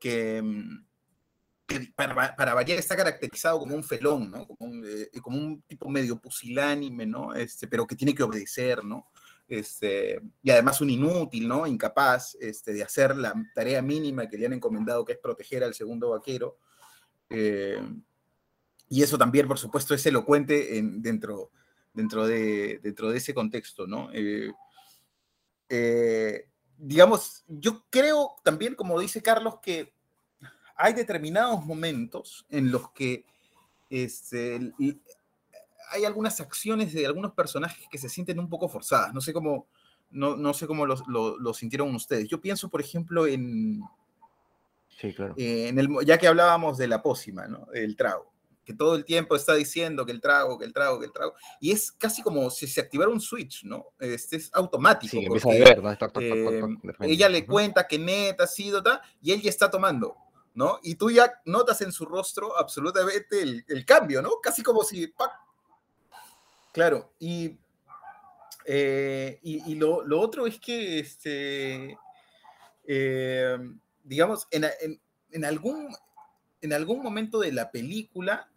para variar está caracterizado como un felón, ¿no? Como un tipo medio pusilánime, ¿no? Pero que tiene que obedecer, ¿no? Y además un inútil, ¿no? Incapaz de hacer la tarea mínima que le han encomendado, que es proteger al segundo vaquero. Y eso también, por supuesto, es elocuente dentro de ese contexto, ¿no? Digamos, yo creo también, como dice Carlos, que hay determinados momentos en los que hay algunas acciones de algunos personajes que se sienten un poco forzadas. No sé cómo, no sé cómo lo sintieron ustedes. Yo pienso, por ejemplo, Sí, claro. Ya que hablábamos de la pócima, ¿no? El trago, que todo el tiempo está diciendo que el trago, y es casi como si se activara un switch, ¿no? Es automático. Sí, que porque, empieza a beber, ¿no? Toc, toc, toc, toc, ella le cuenta que neta ha sido, y él ya está tomando, ¿no? Y tú ya notas en su rostro absolutamente el cambio, ¿no? Casi como si... ¡pac! Claro, y lo otro es que, digamos, en algún momento de la película,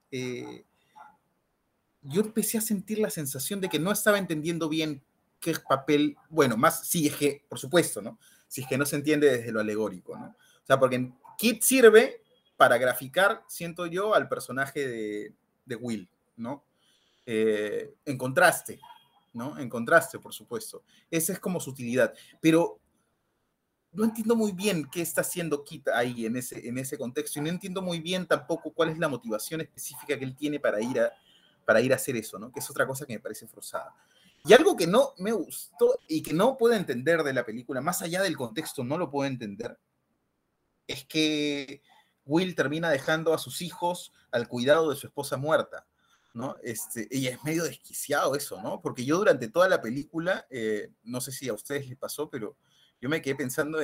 yo empecé a sentir la sensación de que no estaba entendiendo bien qué papel, bueno, más si es que, por supuesto, ¿no? Si es que no se entiende desde lo alegórico, ¿no? O sea, porque Kit sirve para graficar, siento yo, al personaje de Will, ¿no? En contraste, ¿no? En contraste, por supuesto. Esa es como su utilidad. Pero no entiendo muy bien qué está haciendo Kit ahí en ese contexto y no entiendo muy bien tampoco cuál es la motivación específica que él tiene para ir a hacer eso, ¿no? Que es otra cosa que me parece forzada. Y algo que no me gustó y que no puedo entender de la película, más allá del contexto, no lo puedo entender, es que Will termina dejando a sus hijos al cuidado de su esposa muerta, ¿no? Y es medio desquiciado eso, ¿no? Porque yo durante toda la película, no sé si a ustedes les pasó, pero yo me quedé pensando,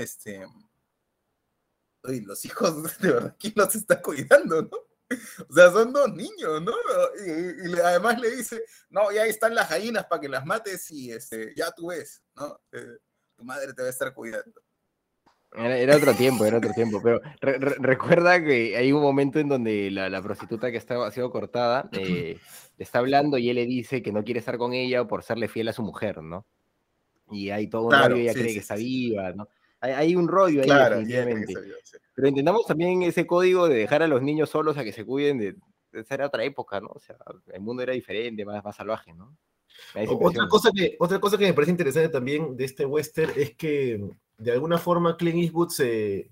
oye, los hijos, de verdad, ¿quién los está cuidando, no? O sea, son dos niños, ¿no? Y además le dice, no, ya están las gallinas para que las mates y ya tú ves, ¿no? Tu madre te va a estar cuidando. Era otro tiempo, pero recuerda que hay un momento en donde la prostituta que ha sido cortada le está hablando y él le dice que no quiere estar con ella por serle fiel a su mujer, ¿no? Y hay todo un rollo, ella cree que está viva, ¿no? Hay un rollo ahí, claro, definitivamente. Viva, sí. Pero entendamos también ese código de dejar a los niños solos a que se cuiden de esa era otra época, ¿no? O sea, el mundo era diferente, más salvaje, ¿no? Otra cosa que me parece interesante también de este western es que de alguna forma Clint Eastwood se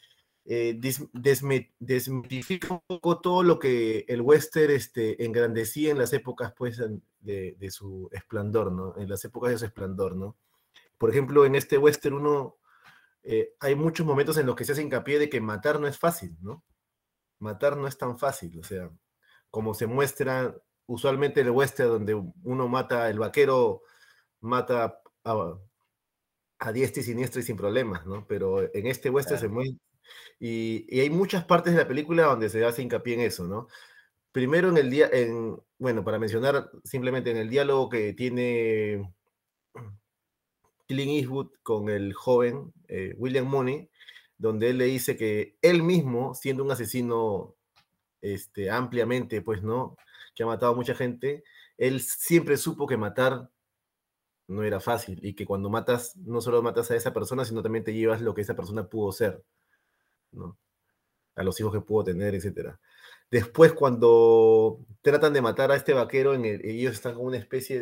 desmitifica un poco todo lo que el western engrandecía en las épocas pues de su esplendor, ¿no? En las épocas de su esplendor, ¿no? Por ejemplo, en este western hay muchos momentos en los que se hace hincapié de que matar no es fácil, ¿no? Matar no es tan fácil, o sea, como se muestra usualmente el western donde uno mata, el vaquero mata a diestra y siniestra y sin problemas, ¿no? Pero en este western se Claro. mueve, y hay muchas partes de la película donde se hace hincapié en eso, ¿no? Primero bueno, para mencionar simplemente en el diálogo que tiene Clint Eastwood con el joven William Mooney, donde él le dice que él mismo, siendo un asesino ampliamente, pues, ¿no? Que ha matado a mucha gente, él siempre supo que matar no era fácil y que cuando matas, no solo matas a esa persona, sino también te llevas lo que esa persona pudo ser, ¿no? A los hijos que pudo tener, etcétera. Después, cuando tratan de matar a este vaquero, ellos están con una especie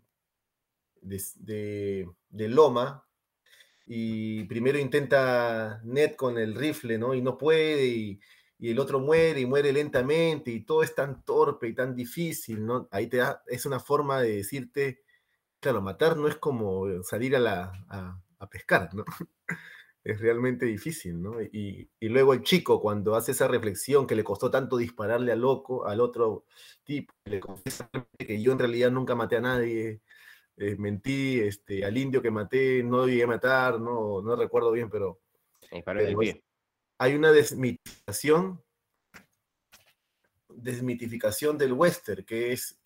de loma, y primero intenta Ned con el rifle, ¿no? Y no puede, y el otro muere, y muere lentamente, y todo es tan torpe y tan difícil, ¿no? Ahí es una forma de decirte, claro, matar no es como salir a pescar, ¿no? Es realmente difícil, ¿no? Y luego el chico, cuando hace esa reflexión que le costó tanto dispararle al otro tipo, le confiesa que yo en realidad nunca maté a nadie, mentí, al indio que maté, no llegué a matar, no recuerdo bien, pero, Me disparó en el pie. hay una desmitificación del western, que es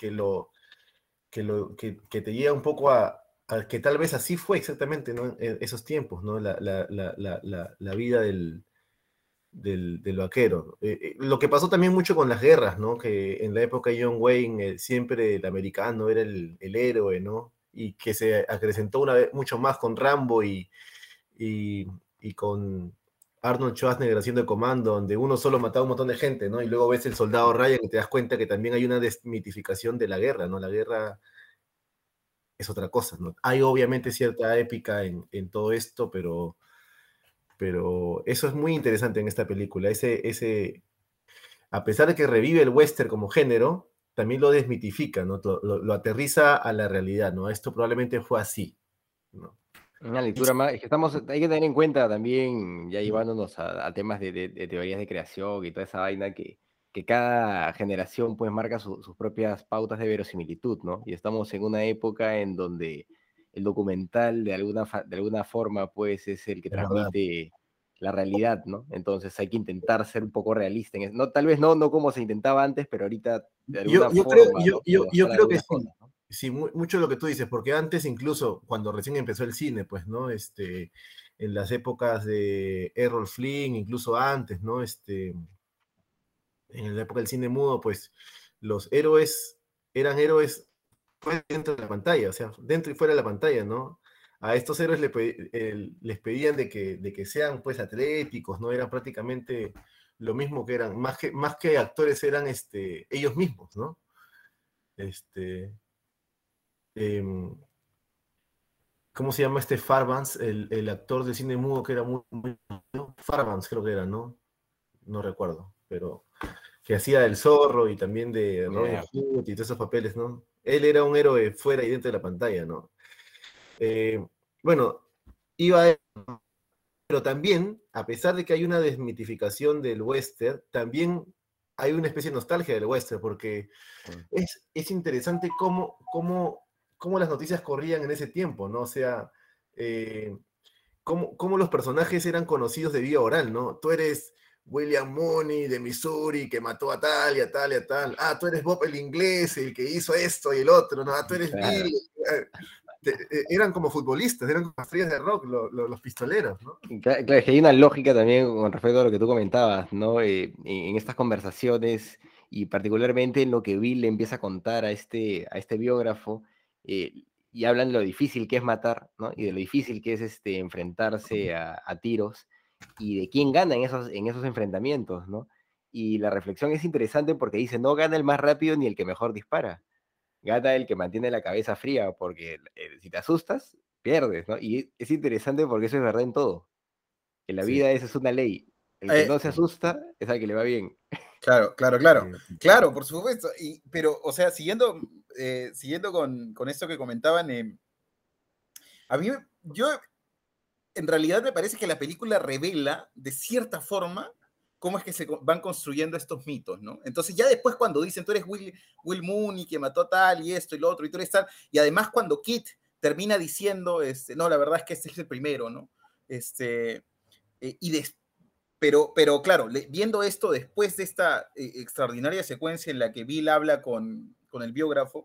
que te lleva un poco a que tal vez así fue exactamente, ¿no? En esos tiempos, ¿no? La vida del vaquero. Lo que pasó también mucho con las guerras, ¿no? Que en la época de John Wayne siempre el americano era el héroe, ¿no? Y que se acrecentó una vez mucho más con Rambo y con Arnold Schwarzenegger haciendo el comando, donde uno solo mataba a un montón de gente, ¿no? Y luego ves el soldado Ryan y te das cuenta que también hay una desmitificación de la guerra, ¿no? La guerra es otra cosa, ¿no? Hay obviamente cierta épica en todo esto, pero eso es muy interesante en esta película. A pesar de que revive el western como género, también lo desmitifica, ¿no? Lo aterriza a la realidad, ¿no? Esto probablemente fue así, ¿no? Una lectura más, es que hay que tener en cuenta también, ya llevándonos a temas de teorías de creación y toda esa vaina, que cada generación pues marca sus propias pautas de verosimilitud, ¿no? Y estamos en una época en donde el documental de alguna forma pues es el que Es verdad. transmite la realidad, ¿no? Entonces hay que intentar ser un poco realista en eso. No, tal vez no como se intentaba antes, pero ahorita de alguna Yo creo, forma, ¿no? yo Demostrar creo que algunas sí. cosas, ¿no? Sí, mucho lo que tú dices, porque antes incluso, cuando recién empezó el cine, pues, ¿no? En las épocas de Errol Flynn, incluso antes, ¿no? En la época del cine mudo, pues, los héroes eran héroes dentro de la pantalla, o sea, dentro y fuera de la pantalla, ¿no? A estos héroes les pedían de que sean, pues, atléticos, ¿no? Eran prácticamente lo mismo que eran, más que actores eran ellos mismos, ¿no? Este, em, ¿Cómo se llama Fairbanks, el actor de cine mudo que era muy Fairbanks creo que era, ¿no? No recuerdo, pero que hacía del Zorro y también de Robin Ya. Hood y todos esos papeles, ¿no? Él era un héroe fuera y dentro de la pantalla, ¿no? Eh, bueno, pero también, a pesar de que hay una desmitificación del western, también hay una especie de nostalgia del western, porque es interesante cómo las noticias corrían en ese tiempo, ¿no? O sea, eh, cómo los personajes eran conocidos de vía oral, ¿no? Tú eres William Mooney de Missouri que mató a tal y a tal y a tal. Ah, tú eres Bob el inglés, el que hizo esto y el otro, ¿no? Ah, tú eres Claro. Bill. Eran como futbolistas, eran como estrellas de rock, los pistoleros, ¿no? Claro, es que hay una lógica también con respecto a lo que tú comentabas, ¿no? En estas conversaciones y particularmente en lo que Bill le empieza a contar a este biógrafo, y hablan de lo difícil que es matar, ¿no? Y de lo difícil que es enfrentarse a tiros y de quién gana en esos enfrentamientos, ¿no? Y la reflexión es interesante porque dice, no gana el más rápido ni el que mejor dispara, gana el que mantiene la cabeza fría, porque si te asustas, pierdes, ¿no? Y es interesante porque eso es verdad en todo. En la Sí. vida esa es una ley. El que Eh, no se asusta es al que le va bien. claro, claro, claro. Claro, por supuesto. Pero, o sea, siguiendo con esto que comentaban, a mí, yo en realidad me parece que la película revela de cierta forma cómo es que se van construyendo estos mitos, ¿no? Entonces ya después cuando dicen, tú eres Will Mooney que mató a tal y esto y lo otro, y tú eres tal, y además cuando Kit termina diciendo, no, la verdad es que este es el primero, ¿no? Pero claro, viendo esto después de esta extraordinaria secuencia en la que Bill habla con el biógrafo,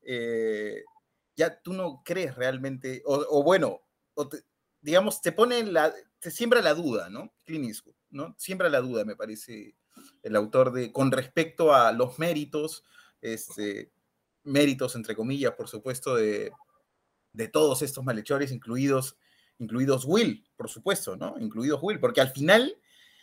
ya tú no crees realmente, digamos, te siembra la duda, ¿no? Clint Eastwood, ¿no? Siembra la duda, me parece, el autor con respecto a los méritos, méritos entre comillas, por supuesto, de todos estos malhechores, incluidos Will, por supuesto, ¿no? Incluidos Will, porque al final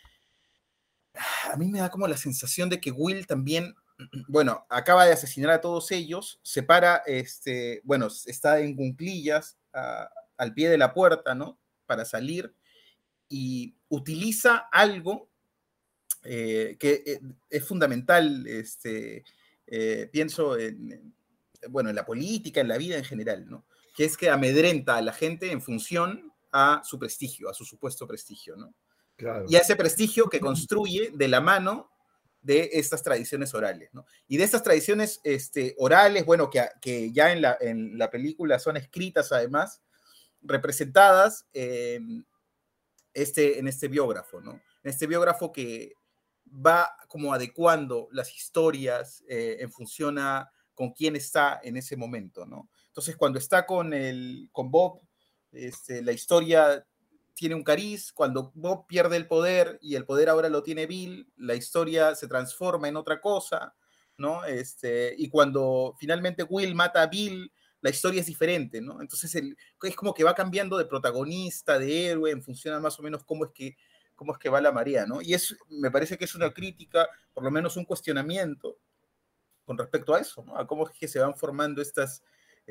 a mí me da como la sensación de que Will también, bueno, acaba de asesinar a todos ellos, se para, está en cuclillas al pie de la puerta, ¿no? Para salir, y utiliza algo que es fundamental, pienso en la política, en la vida en general, ¿no? Que es que amedrenta a la gente en función a su prestigio, a su supuesto prestigio, ¿no? Claro. Y a ese prestigio que construye de la mano de estas tradiciones orales, ¿no? Y de estas tradiciones orales, bueno, que ya en la película son escritas además, representadas en este biógrafo, ¿no? En este biógrafo que va como adecuando las historias en función a con quién está en ese momento, ¿no? Entonces, cuando está con Bob, la historia tiene un cariz. Cuando Bob pierde el poder y el poder ahora lo tiene Bill, la historia se transforma en otra cosa, ¿no? Y cuando finalmente Will mata a Bill, la historia es diferente, ¿no? Entonces es como que va cambiando de protagonista, de héroe, en función a más o menos cómo es que va la marea, ¿no? Y me parece que es una crítica, por lo menos un cuestionamiento con respecto a eso, ¿no? A cómo es que se van formando estas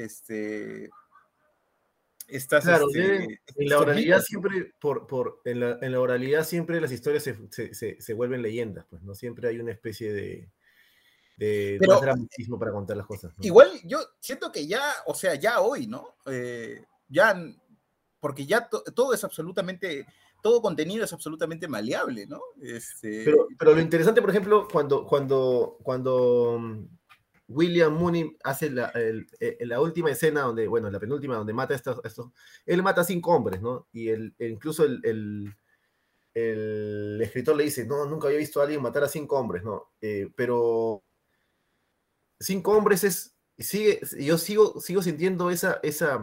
claro, en la oralidad siempre, en la oralidad siempre las historias se vuelven leyendas, pues, ¿no? Siempre hay una especie de más dramatismo para contar las cosas, ¿no? Igual yo siento que ya, o sea, ya hoy, ¿no? Porque ya todo es absolutamente, todo contenido es absolutamente maleable, ¿no? Pero lo interesante, por ejemplo, cuando William Mooney hace la última escena donde, bueno, la penúltima donde mata a estos, él mata a 5 hombres, ¿no? Y incluso el escritor le dice, no, nunca había visto a alguien matar a 5 hombres, ¿no? Pero 5 hombres yo sigo sintiendo esa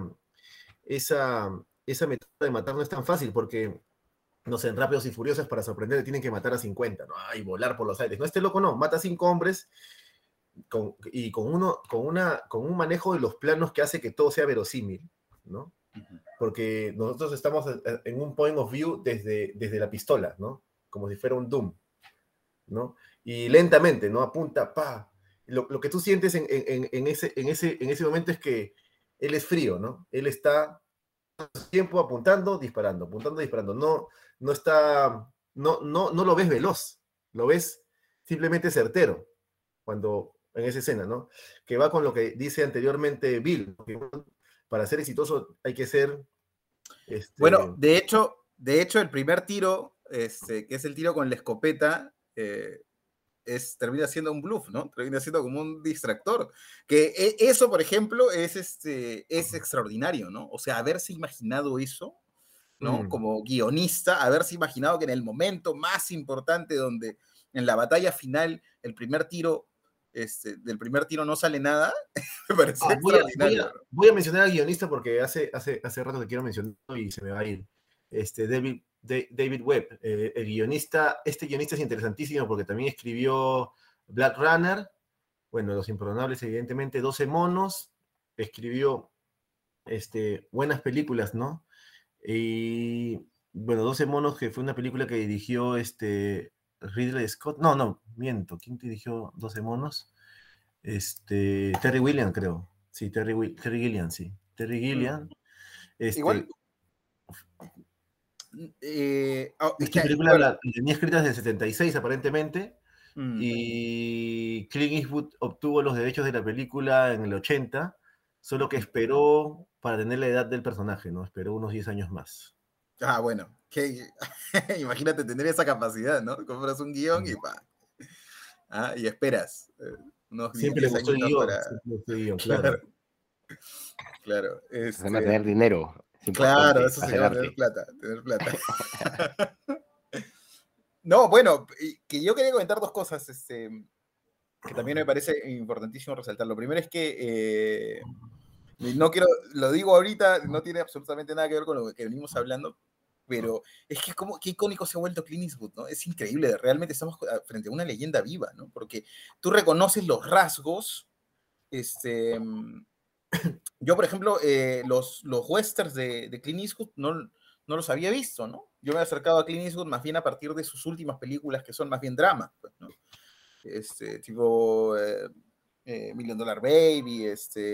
metodología de matar no es tan fácil, porque, no sé, en Rápidos y Furiosos para sorprender tienen que matar a 50, ¿no? Y volar por los aires. No, este loco no, mata a 5 hombres con un manejo de los planos que hace que todo sea verosímil, ¿no? Porque nosotros estamos en un point of view desde la pistola, ¿no? Como si fuera un Doom, ¿no? Y lentamente, ¿no? Apunta, pa. Lo que tú sientes en ese momento es que él es frío, ¿no? Él está tiempo apuntando, disparando. No lo ves veloz, lo ves simplemente certero en esa escena, ¿no? Que va con lo que dice anteriormente Bill, que para ser exitoso hay que ser... Bueno, de hecho, el primer tiro, que es el tiro con la escopeta, termina siendo un bluff, ¿no? Termina siendo como un distractor. Que eso, por ejemplo, es extraordinario, ¿no? O sea, haberse imaginado eso, ¿no? Como guionista, haberse imaginado que en el momento más importante donde en la batalla final del primer tiro no sale nada, me parece extraordinario. Voy a mencionar al guionista porque hace rato que quiero mencionarlo y se me va a ir. David Webb, el guionista. Este guionista es interesantísimo porque también escribió Blade Runner, bueno, Los Imperdonables, evidentemente, 12 monos, escribió buenas películas, ¿no? Y bueno, 12 monos, que fue una película que dirigió Ridley Scott. No, miento. ¿Quién dirigió 12 monos? Terry Gilliam, creo. Sí, Terry Gilliam, sí. Terry Gilliam. Igual. Esta película la tenía escrita desde el 76, aparentemente. Y Clint Eastwood obtuvo los derechos de la película en el 80, solo que esperó para tener la edad del personaje, ¿no? Esperó unos 10 años más. Ah, bueno. Imagínate tener esa capacidad, ¿no? Compras un guión y esperas. Siempre le gustó el guión, claro. Claro. Se llama tener dinero. Es Claro, importante eso se llama tener hacer plata, tener plata. No, bueno, que yo quería comentar dos cosas, que también me parece importantísimo resaltar. Lo primero es que no quiero, lo digo ahorita, no tiene absolutamente nada que ver con lo que venimos hablando, pero es que qué icónico se ha vuelto Clint Eastwood, ¿no? Es increíble, realmente estamos frente a una leyenda viva, ¿no? Porque tú reconoces los rasgos, yo, por ejemplo, los westerns de Clint Eastwood no los había visto, ¿no? Yo me he acercado a Clint Eastwood más bien a partir de sus últimas películas, que son más bien dramas, pues, ¿no? Tipo Million Dollar Baby,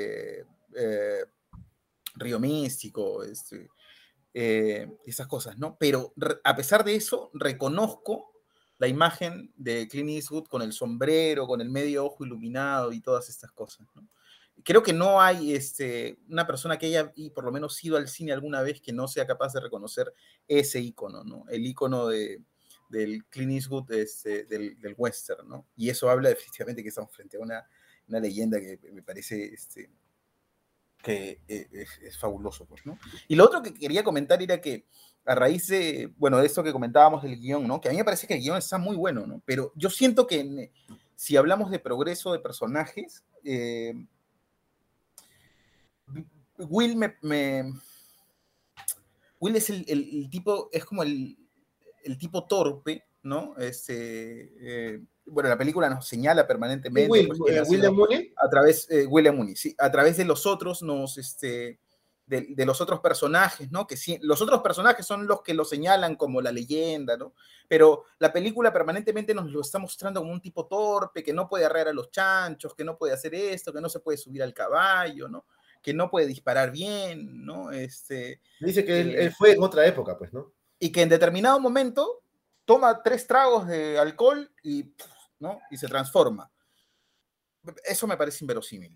Río Místico, esas cosas, ¿no? Pero a pesar de eso, reconozco la imagen de Clint Eastwood con el sombrero, con el medio ojo iluminado y todas estas cosas, ¿no? Creo que no hay una persona que haya por lo menos ido al cine alguna vez que no sea capaz de reconocer ese icono, ¿no? El icono del Clint Eastwood, del western, ¿no? Y eso habla definitivamente que estamos frente a una leyenda que me parece que es fabuloso, pues, ¿no? Y lo otro que quería comentar era que a raíz de, bueno, de esto que comentábamos del guión, ¿no? Que a mí me parece que el guión está muy bueno, ¿no? Pero yo siento que si hablamos de progreso de personajes, Will Will es el tipo, es como el tipo torpe, ¿no? Bueno, la película nos señala permanentemente pues, que William Mooney. a través William Mooney, sí, a través de los otros de los otros personajes, ¿no? Que sí, los otros personajes son los que lo señalan como la leyenda, ¿no? Pero la película permanentemente nos lo está mostrando como un tipo torpe, que no puede arrear a los chanchos, que no puede hacer esto, que no se puede subir al caballo, ¿no? Que no puede disparar bien, ¿no? Dice que él fue en otra época, pues, ¿no? Y que en determinado momento toma 3 tragos de alcohol y, ¿no? Y se transforma. Eso me parece inverosímil.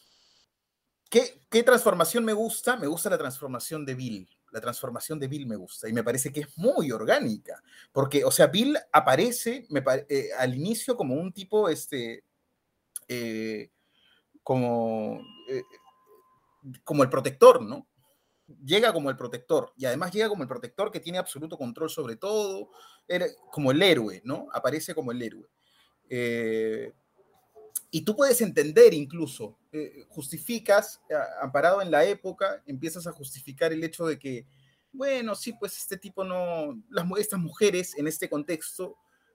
¿Qué transformación me gusta? Me gusta la transformación de Bill. La transformación de Bill me gusta y me parece que es muy orgánica. Porque, o sea, Bill aparece al inicio como un tipo, como el protector, ¿no? Llega como el protector y además llega como el protector que tiene absoluto control sobre todo, era como el héroe, ¿no? Aparece como el héroe. Y tú puedes entender incluso, justificas, amparado en la época, empiezas a justificar el hecho de que, bueno, sí, pues este tipo no, estas mujeres en este contexto,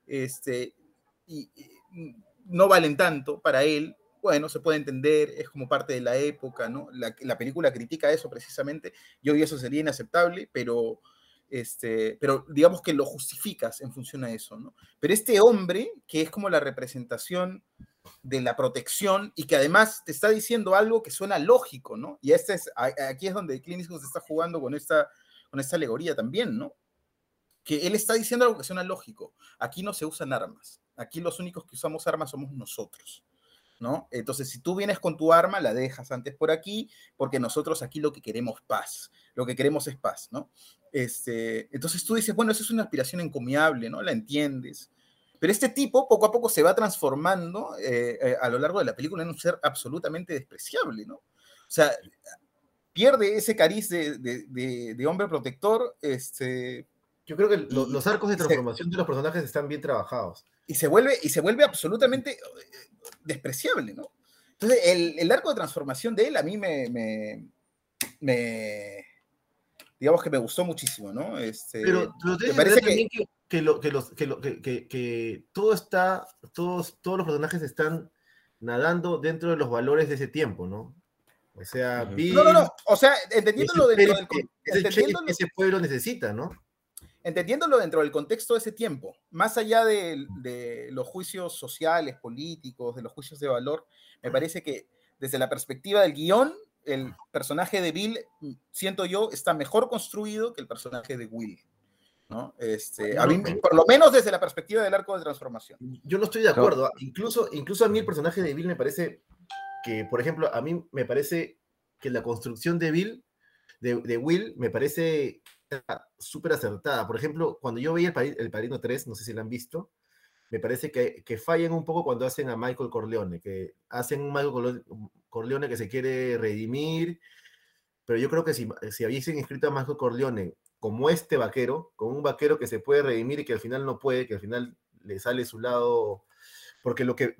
no valen tanto para él. Bueno, se puede entender, es como parte de la época, ¿no? La película critica eso precisamente, y hoy eso sería inaceptable, pero digamos que lo justificas en función a eso, ¿no? Pero este hombre, que es como la representación de la protección y que además te está diciendo algo que suena lógico, ¿no? Y aquí es donde Clint Eastwood se está jugando con esta alegoría también, ¿no? Que él está diciendo algo que suena lógico. Aquí no se usan armas. Aquí los únicos que usamos armas somos nosotros, ¿no? Entonces, si tú vienes con tu arma, la dejas antes por aquí, porque nosotros aquí lo que queremos paz, lo que queremos es paz, ¿no? Entonces tú dices, bueno, eso es una aspiración encomiable, ¿no? La entiendes. Pero este tipo poco a poco se va transformando a lo largo de la película en un ser absolutamente despreciable, ¿no? O sea, pierde ese cariz de hombre protector. Yo creo que los arcos de transformación de los personajes están bien trabajados. Y se vuelve absolutamente despreciable, ¿no? Entonces, el arco de transformación de él a mí digamos que me gustó muchísimo, ¿no? Pero me parece también que todos los personajes están nadando dentro de los valores de ese tiempo, ¿no? O sea, Bill, no. O sea, entendiéndolo dentro del que ese pueblo necesita, ¿no? Entendiéndolo dentro del contexto de ese tiempo, más allá de los juicios sociales, políticos, de los juicios de valor, me parece que desde la perspectiva del guión, el personaje de Bill, siento yo, está mejor construido que el personaje de Will, ¿no? A mí, por lo menos desde la perspectiva del arco de transformación. Yo no estoy de acuerdo. No. Incluso a mí el personaje de Bill me parece que, por ejemplo, a mí me parece que la construcción de Bill, de Will, me parece súper acertada. Por ejemplo, cuando yo veía el Padrino 3, no sé si lo han visto, me parece que fallan un poco cuando hacen a Michael Corleone, que hacen un Michael Corleone que se quiere redimir, pero yo creo que si hubiesen escrito a Michael Corleone como este vaquero, como un vaquero que se puede redimir y que al final no puede, que al final le sale su lado, porque lo que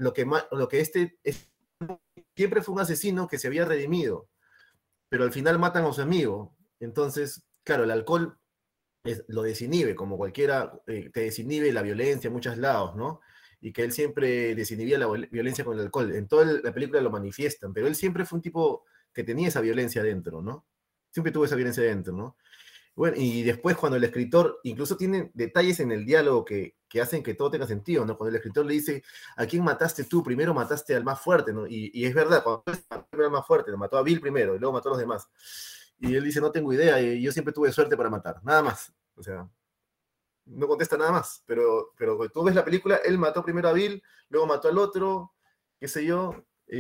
siempre fue un asesino que se había redimido, pero al final matan a su amigo. Entonces, claro, el alcohol lo desinhibe, como cualquiera, te desinhibe la violencia en muchos lados, ¿no? Y que él siempre desinhibía la violencia con el alcohol. En toda la película lo manifiestan, pero él siempre fue un tipo que tenía esa violencia dentro, ¿no? Siempre tuvo esa violencia dentro, ¿no? Bueno, y después cuando el escritor, incluso tiene detalles en el diálogo que hacen que todo tenga sentido, ¿no? Cuando el escritor le dice, ¿a quién mataste tú? Primero mataste al más fuerte, ¿no? Y es verdad, cuando mató al más fuerte, lo mató a Bill primero, y luego mató a los demás. Y él dice, no tengo idea, y yo siempre tuve suerte para matar, nada más. O sea, no contesta nada más, pero cuando tú ves la película, él mató primero a Bill, luego mató al otro, qué sé yo.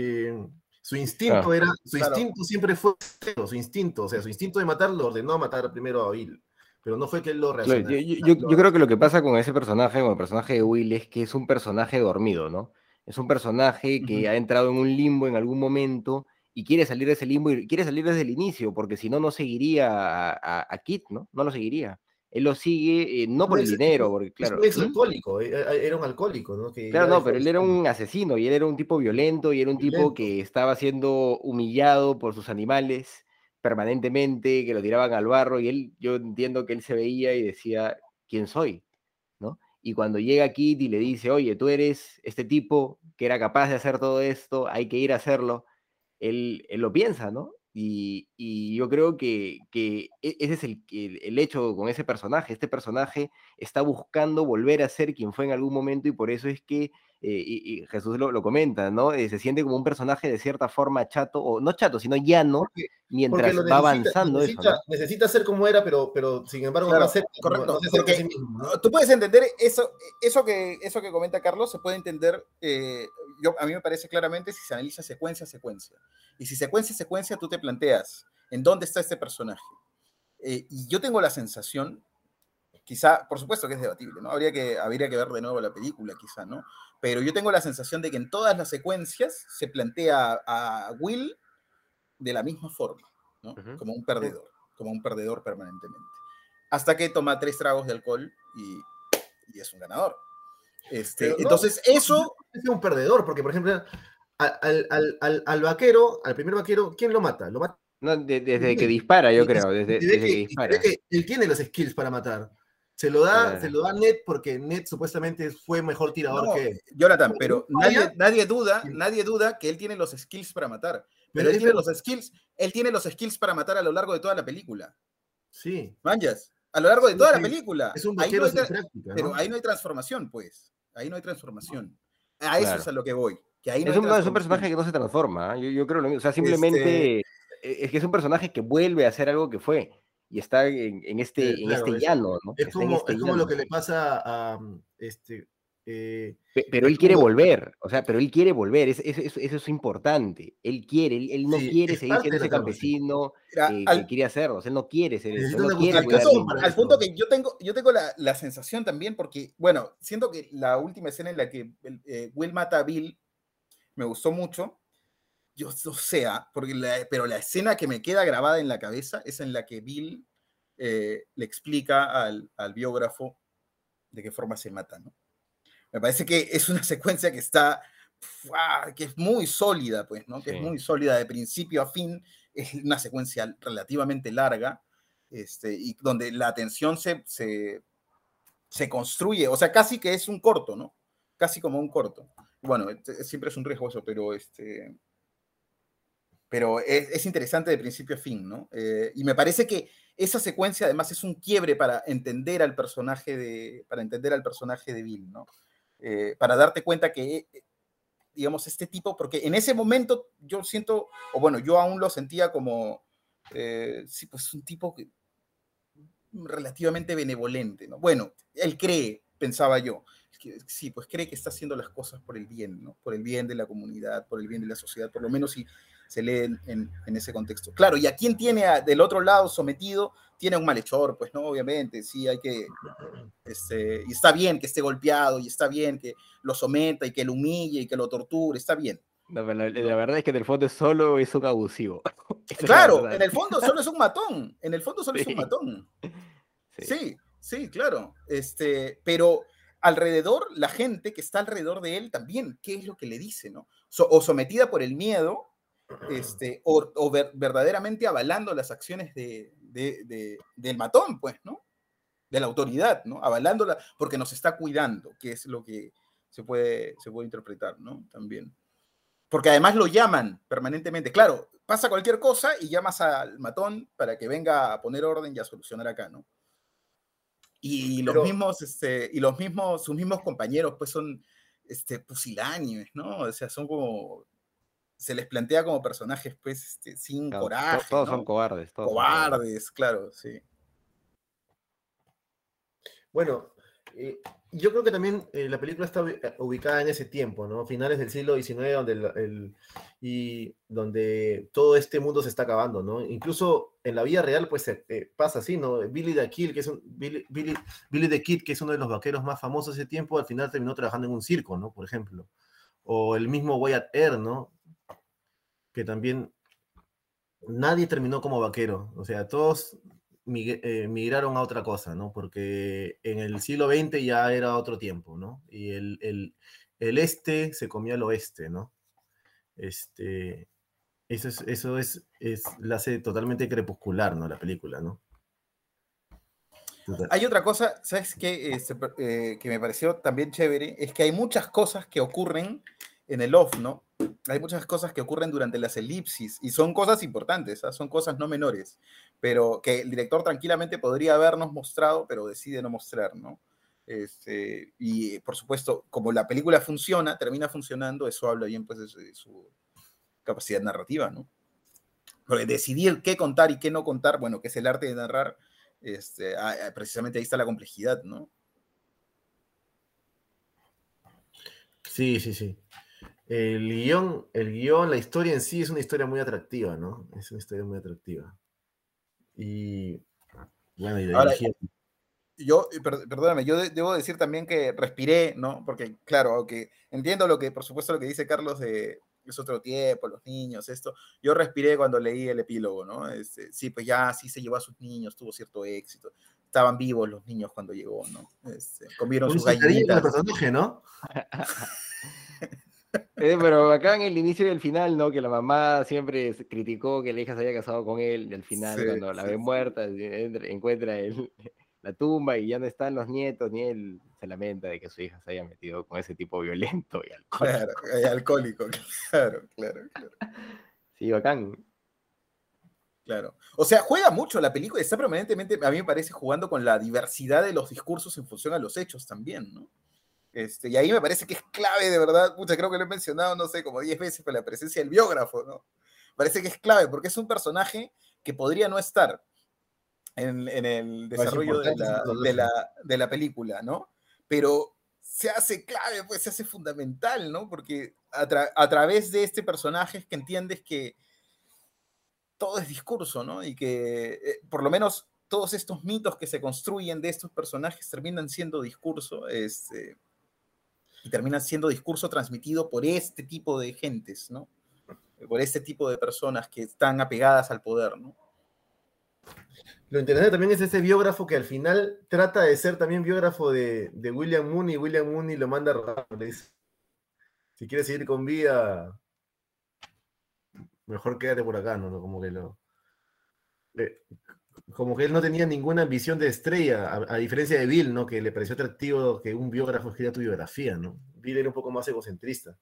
Su instinto instinto siempre fue su instinto, o sea, su instinto de matar lo ordenó matar primero a Bill, pero no fue que él lo Claro, reaccionara. yo creo que lo que pasa con ese personaje, con el personaje de Will, es que es un personaje dormido, ¿no? Es un personaje que ha entrado en un limbo en algún momento y quiere salir de ese limbo y quiere salir desde el inicio, porque si no, no seguiría a Kit, ¿no? No lo seguiría. Él lo sigue, no por el dinero, porque Es claro. un ex alcohólico, era un alcohólico, ¿no? Que Claro, ya no, dejó pero él de era ser un asesino y él era un tipo violento y era un tipo violento. que estaba siendo humillado por sus animales permanentemente, que lo tiraban al barro y él, yo entiendo que él se veía y decía, ¿quién soy? ¿No? Y cuando llega Kit y le dice, oye, tú eres este tipo que era capaz de hacer todo esto, hay que ir a hacerlo, él lo piensa, ¿no? Y yo creo que ese es el hecho con ese personaje. Este personaje está buscando volver a ser quien fue en algún momento y por eso es que, y Jesús lo comenta, ¿no? Se siente como un personaje de cierta forma chato, o no chato, sino llano, Porque mientras lo va avanzando eso, ¿no? necesita ser como era, pero sin embargo Claro, no acepta, correcto, no se acepta porque a sí mismo, ¿no? tú puedes entender eso que comenta Carlos, se puede entender, a mí me parece claramente si se analiza secuencia a secuencia. Y si secuencia a secuencia tú te planteas en dónde está este personaje. Y yo tengo la sensación, quizá, por supuesto que es debatible, ¿no? Habría que ver de nuevo la película, quizá, ¿no? Pero yo tengo la sensación de que en todas las secuencias se plantea a Will de la misma forma, ¿no? Ujú. Como un perdedor permanentemente. Hasta que toma 3 tragos de alcohol y es un ganador. Pero Entonces, eso... es un perdedor, porque por ejemplo, al vaquero, al primer vaquero, ¿quién lo mata? Lo mata. No, desde que dispara, yo creo, Y desde se que dispara. ve que él tiene los skills para matar. Se lo da Ned porque Ned supuestamente fue mejor tirador No, que él. Jonathan, pero nadie duda que él tiene los skills para matar. Pero él tiene los skills para matar a lo largo de toda la película. Sí. Manjas, a lo largo de toda la película. Es un vaquero sin práctica, ¿no? Pero ahí no hay transformación, pues. Ahí no hay transformación. A eso es a lo que voy. Que ahí no es un personaje que no se transforma. Yo creo lo mismo. O sea, simplemente es que es un personaje que vuelve a ser algo que fue. Y está en este llano, ¿no? Es como lo que le pasa a pero él quiere volver, o sea, pero él quiere volver, eso es importante. Él no quiere seguir siendo ese campesino que quiere hacerlo, o sea, él no quiere ser eso. No quiere al punto que yo tengo la sensación también, porque, bueno, siento que la última escena en la que Will mata a Bill me gustó mucho. Yo no sé, pero la escena que me queda grabada en la cabeza es en la que Bill le explica al biógrafo de qué forma se mata, ¿no? Me parece que es una secuencia que que es muy sólida, pues, ¿no? Que es muy sólida de principio a fin. Es una secuencia relativamente larga, y donde la tensión se construye, o sea, casi que es un corto, ¿no? Casi como un corto. Bueno, siempre es un riesgo eso, pero es interesante de principio a fin, ¿no? Y me parece que esa secuencia además es un quiebre para entender al personaje de Bill, ¿no? Para darte cuenta que, digamos, este tipo, porque en ese momento yo siento, o bueno, yo aún lo sentía como, sí, pues un tipo relativamente benevolente, ¿no? Bueno, él cree, pensaba yo, sí, pues cree que está haciendo las cosas por el bien, ¿no? Por el bien de la comunidad, por el bien de la sociedad, por lo menos si se lee en ese contexto. Claro, y a quien tiene del otro lado sometido, tiene un malhechor, pues, ¿no? Obviamente, sí, hay que... y está bien que esté golpeado, y está bien que lo someta, y que lo humille, y que lo torture, está bien. No, pero la ¿no? verdad es que en el fondo solo es un abusivo. Esa es la Claro, verdad. en el fondo solo es un matón. En el fondo solo es un Sí, matón. sí. Sí, sí, claro. Pero alrededor, la gente que está alrededor de él también, ¿qué es lo que le dice, no? O sometida por el miedo, verdaderamente avalando las acciones del matón, pues, ¿no? De la autoridad, ¿no? Avalándola porque nos está cuidando, que es lo que se puede interpretar, ¿no? También. Porque además lo llaman permanentemente. Claro, pasa cualquier cosa y llamas al matón para que venga a poner orden y a solucionar acá, ¿no? Y los Pero mismos, sus mismos compañeros, pues son pusilánimes, ¿no? O sea, son como, se les plantea como personajes, pues, sin Claro, coraje, todos son ¿no? cobardes, todos son cobardes. Cobardes, claro, sí. bueno, yo creo que también la película está ubicada en ese tiempo, ¿no? Finales del siglo XIX, y donde todo este mundo se está acabando, ¿no? Incluso en la vida real, pues pasa así, ¿no? Billy the Kid, que es uno de los vaqueros más famosos de ese tiempo, al final terminó trabajando en un circo, ¿no? Por ejemplo. O el mismo Wyatt Earp, ¿no? Que también nadie terminó como vaquero, o sea, todos migraron a otra cosa, ¿no? Porque en el siglo XX ya era otro tiempo, ¿no? Y el este se comió al oeste, ¿no? Este, la hace totalmente crepuscular, ¿no? La película, ¿no? Hay otra cosa, ¿sabes qué? Que me pareció también chévere, es que hay muchas cosas que ocurren en el off, ¿no? Hay muchas cosas que ocurren durante las elipsis y son cosas importantes, ¿ah? Son cosas no menores, pero que el director tranquilamente podría habernos mostrado, pero decide no mostrar, ¿no? Y por supuesto, como la película funciona, termina funcionando, eso habla bien pues de su capacidad narrativa, ¿no? Porque decidir qué contar y qué no contar, bueno, que es el arte de narrar, precisamente ahí está la complejidad, ¿no? Sí, sí, sí. El guión, la historia en sí es una historia muy atractiva, ¿no? Es una historia muy atractiva. Y bueno, y la Ahora, dirigida. perdóname, yo debo decir también que respiré, ¿no? Porque, claro, aunque entiendo por supuesto, lo que dice Carlos de es otro tiempo, los niños, esto, yo respiré cuando leí el epílogo, ¿no? Sí, pues ya sí se llevó a sus niños, tuvo cierto éxito, estaban vivos los niños cuando llegó, ¿no? Comieron Uno sus se cariña con el gallinitas. personaje, ¿no? Pero acá en el inicio y el final, ¿no? Que la mamá siempre criticó que la hija se había casado con él, y al final, Sí, cuando la sí, ve sí. muerta, encuentra la tumba y ya no están los nietos, ni él se lamenta de que su hija se haya metido con ese tipo violento y Claro, alcohólico. alcohólico, claro, claro, claro. Sí, bacán. Claro. O sea, juega mucho la película, está permanentemente, a mí me parece, jugando con la diversidad de los discursos en función a los hechos también, ¿no? Y ahí me parece que es clave, de verdad, pucha, creo que lo he mencionado, no sé, como 10 veces, con la presencia del biógrafo, ¿no? Parece que es clave, porque es un personaje que podría no estar en el Es desarrollo de importante ese la, de personaje. la, de la película, ¿no? Pero se hace clave, pues se hace fundamental, ¿no? Porque a través de este personaje es que entiendes que todo es discurso, ¿no? Y que por lo menos todos estos mitos que se construyen de estos personajes terminan siendo discurso, y terminan siendo discurso transmitido por este tipo de gentes, ¿no? Por este tipo de personas que están apegadas al poder, ¿no? Lo interesante también es ese biógrafo que al final trata de ser también biógrafo de William Mooney. Y William Mooney lo manda a rodar, le dice, si quieres seguir con vida, mejor quédate por acá, ¿no? Eh, como que él no tenía ninguna ambición de estrella, a diferencia de Bill, ¿no? Que le pareció atractivo que un biógrafo escriba tu biografía, ¿no? Bill era un poco más egocentrista,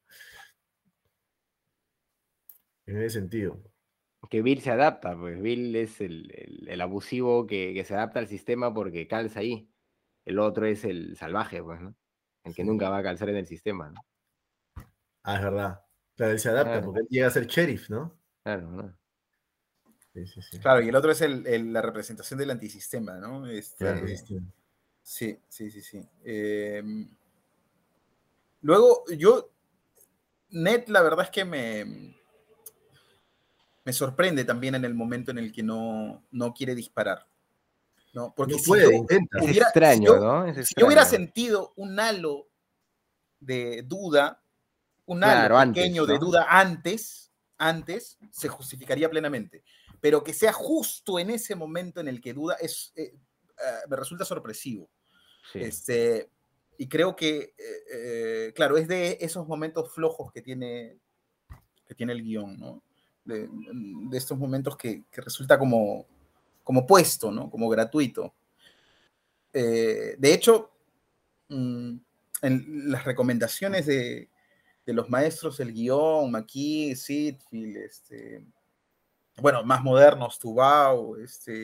en ese sentido. Que Bill se adapta, pues Bill es el abusivo que se adapta al sistema porque calza ahí. El otro es el salvaje, pues, ¿no? El que Sí. nunca va a calzar en el sistema, ¿no? Ah, es verdad. Claro, él se adapta Claro, porque él llega a ser sheriff, ¿no? claro, ¿no? Sí, sí, sí. Claro, y el otro es la representación del antisistema, ¿no? Claro, sí, sí. Sí, sí, sí, sí. Luego, Ned, la verdad es que me sorprende también en el momento en el que no quiere disparar, ¿no? Porque No puede, intenta. Es hubiera, extraño, ¿no? Es si yo hubiera extraño. sentido un halo de duda, un Claro, halo antes, pequeño de ¿no? duda antes, se justificaría plenamente. Pero que sea justo en ese momento en el que duda me resulta sorpresivo. Sí. Y creo que, claro, es de esos momentos flojos que tiene el guión, ¿no? De estos momentos que resulta como puesto, ¿no? Como gratuito. De hecho, en las recomendaciones de los maestros del guión, McKee, Sitfield, bueno, más modernos, Tubau,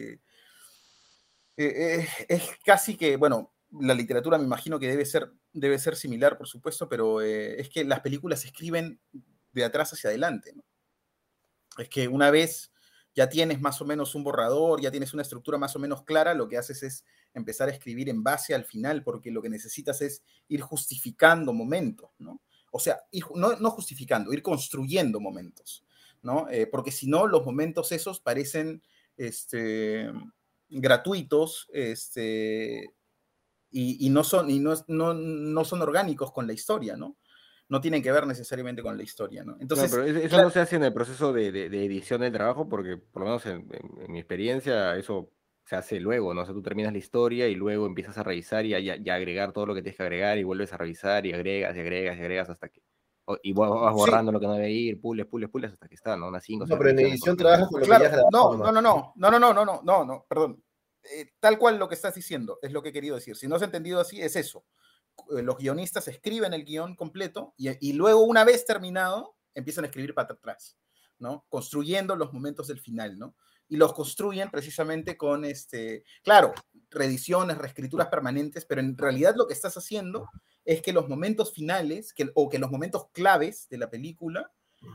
es casi que, bueno, la literatura me imagino que debe ser similar, por supuesto, pero es que las películas se escriben de atrás hacia adelante, ¿no? Es que una vez ya tienes más o menos un borrador, ya tienes una estructura más o menos clara, lo que haces es empezar a escribir en base al final, porque lo que necesitas es ir justificando momentos, ¿no? O sea, no justificando, ir construyendo momentos, ¿no? Porque si no, los momentos esos parecen gratuitos y no son orgánicos con la historia, ¿no? No tienen que ver necesariamente con la historia, ¿no? No, Entonces, pero eso no se hace en el proceso de edición del trabajo, porque por lo menos en mi experiencia eso se hace luego, ¿no? O sea, tú terminas la historia y luego empiezas a revisar y a agregar todo lo que tienes que agregar y vuelves a revisar y agregas y agregas y agregas hasta que... Y vas sí, borrando lo que no debe ir, pules hasta que está, ¿no? Unas 5 o No, 6 pero en revisiones, por edición ejemplo. trabajas con lo que ya has claro, grabado nomás. no, perdón. Tal cual lo que estás diciendo es lo que he querido decir. Si no has entendido así, es eso. Los guionistas escriben el guión completo y luego, una vez terminado, empiezan a escribir para atrás, ¿no? Construyendo los momentos del final, ¿no? Y los construyen precisamente con, claro, reediciones, reescrituras permanentes, pero en realidad lo que estás haciendo es que los momentos finales, o que los momentos claves de la película,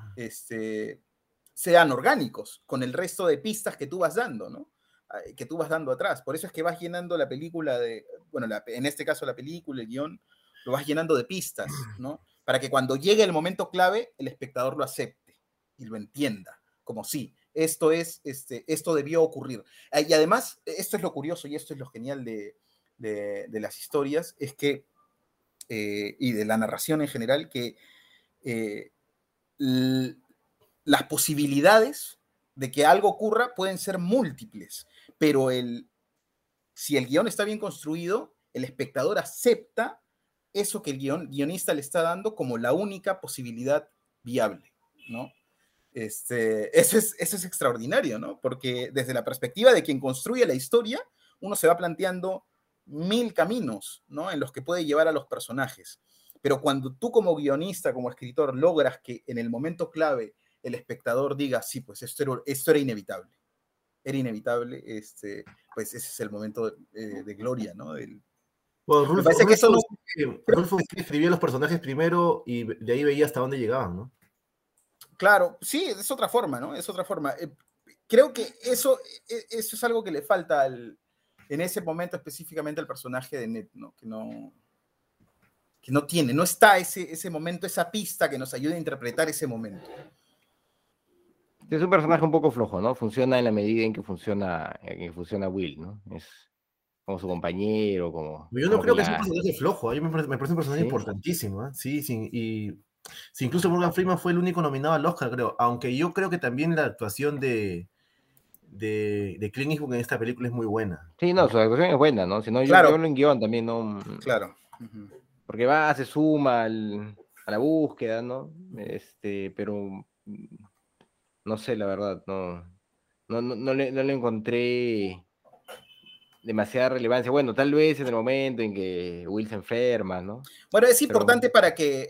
sean orgánicos con el resto de pistas que tú vas dando, ¿no? Que tú vas dando atrás. Por eso es que vas llenando la película en este caso la película, el guión, lo vas llenando de pistas, ¿no? Para que cuando llegue el momento clave, el espectador lo acepte y lo entienda, como sí, esto debió ocurrir. Y además, esto es lo curioso y esto es lo genial de las historias, es que, y de la narración en general, que las posibilidades de que algo ocurra pueden ser múltiples, pero si el guión está bien construido, el espectador acepta eso que el guionista le está dando como la única posibilidad viable, ¿no? Eso es extraordinario, ¿no? Porque desde la perspectiva de quien construye la historia, uno se va planteando 1000 caminos, ¿no? En los que puede llevar a los personajes. Pero cuando tú como guionista, como escritor, logras que en el momento clave el espectador diga, sí, pues esto era inevitable. Era inevitable, pues ese es el momento de gloria, ¿no? Bueno, Me parece que eso no... Rulfo escribía los personajes primero y de ahí veía hasta dónde llegaban, ¿no? Claro, sí, es otra forma, ¿no? Es otra forma. Creo que eso es algo que le falta en ese momento específicamente al personaje de Ned, ¿no? Que no tiene, no está ese momento, esa pista que nos ayude a interpretar ese momento. Es un personaje un poco flojo, ¿no? Funciona en la medida en que funciona Will, ¿no? Es como su compañero, como... Yo no como creo que sea un personaje flojo, a mí me parece un personaje ¿Sí? importantísimo, ¿eh? Sí, sí, incluso Morgan Freeman fue el único nominado al Oscar, creo, aunque yo creo que también la actuación de Clint Eastwood en esta película es muy buena. Sí, no, su actuación es buena, ¿no? Si no, Claro. yo hablo en guión también, ¿no? Claro. Porque se suma a la búsqueda, ¿no? Pero no sé, la verdad, no le encontré demasiada relevancia. Bueno, tal vez en el momento en que Will se enferma, ¿no? Bueno, es importante para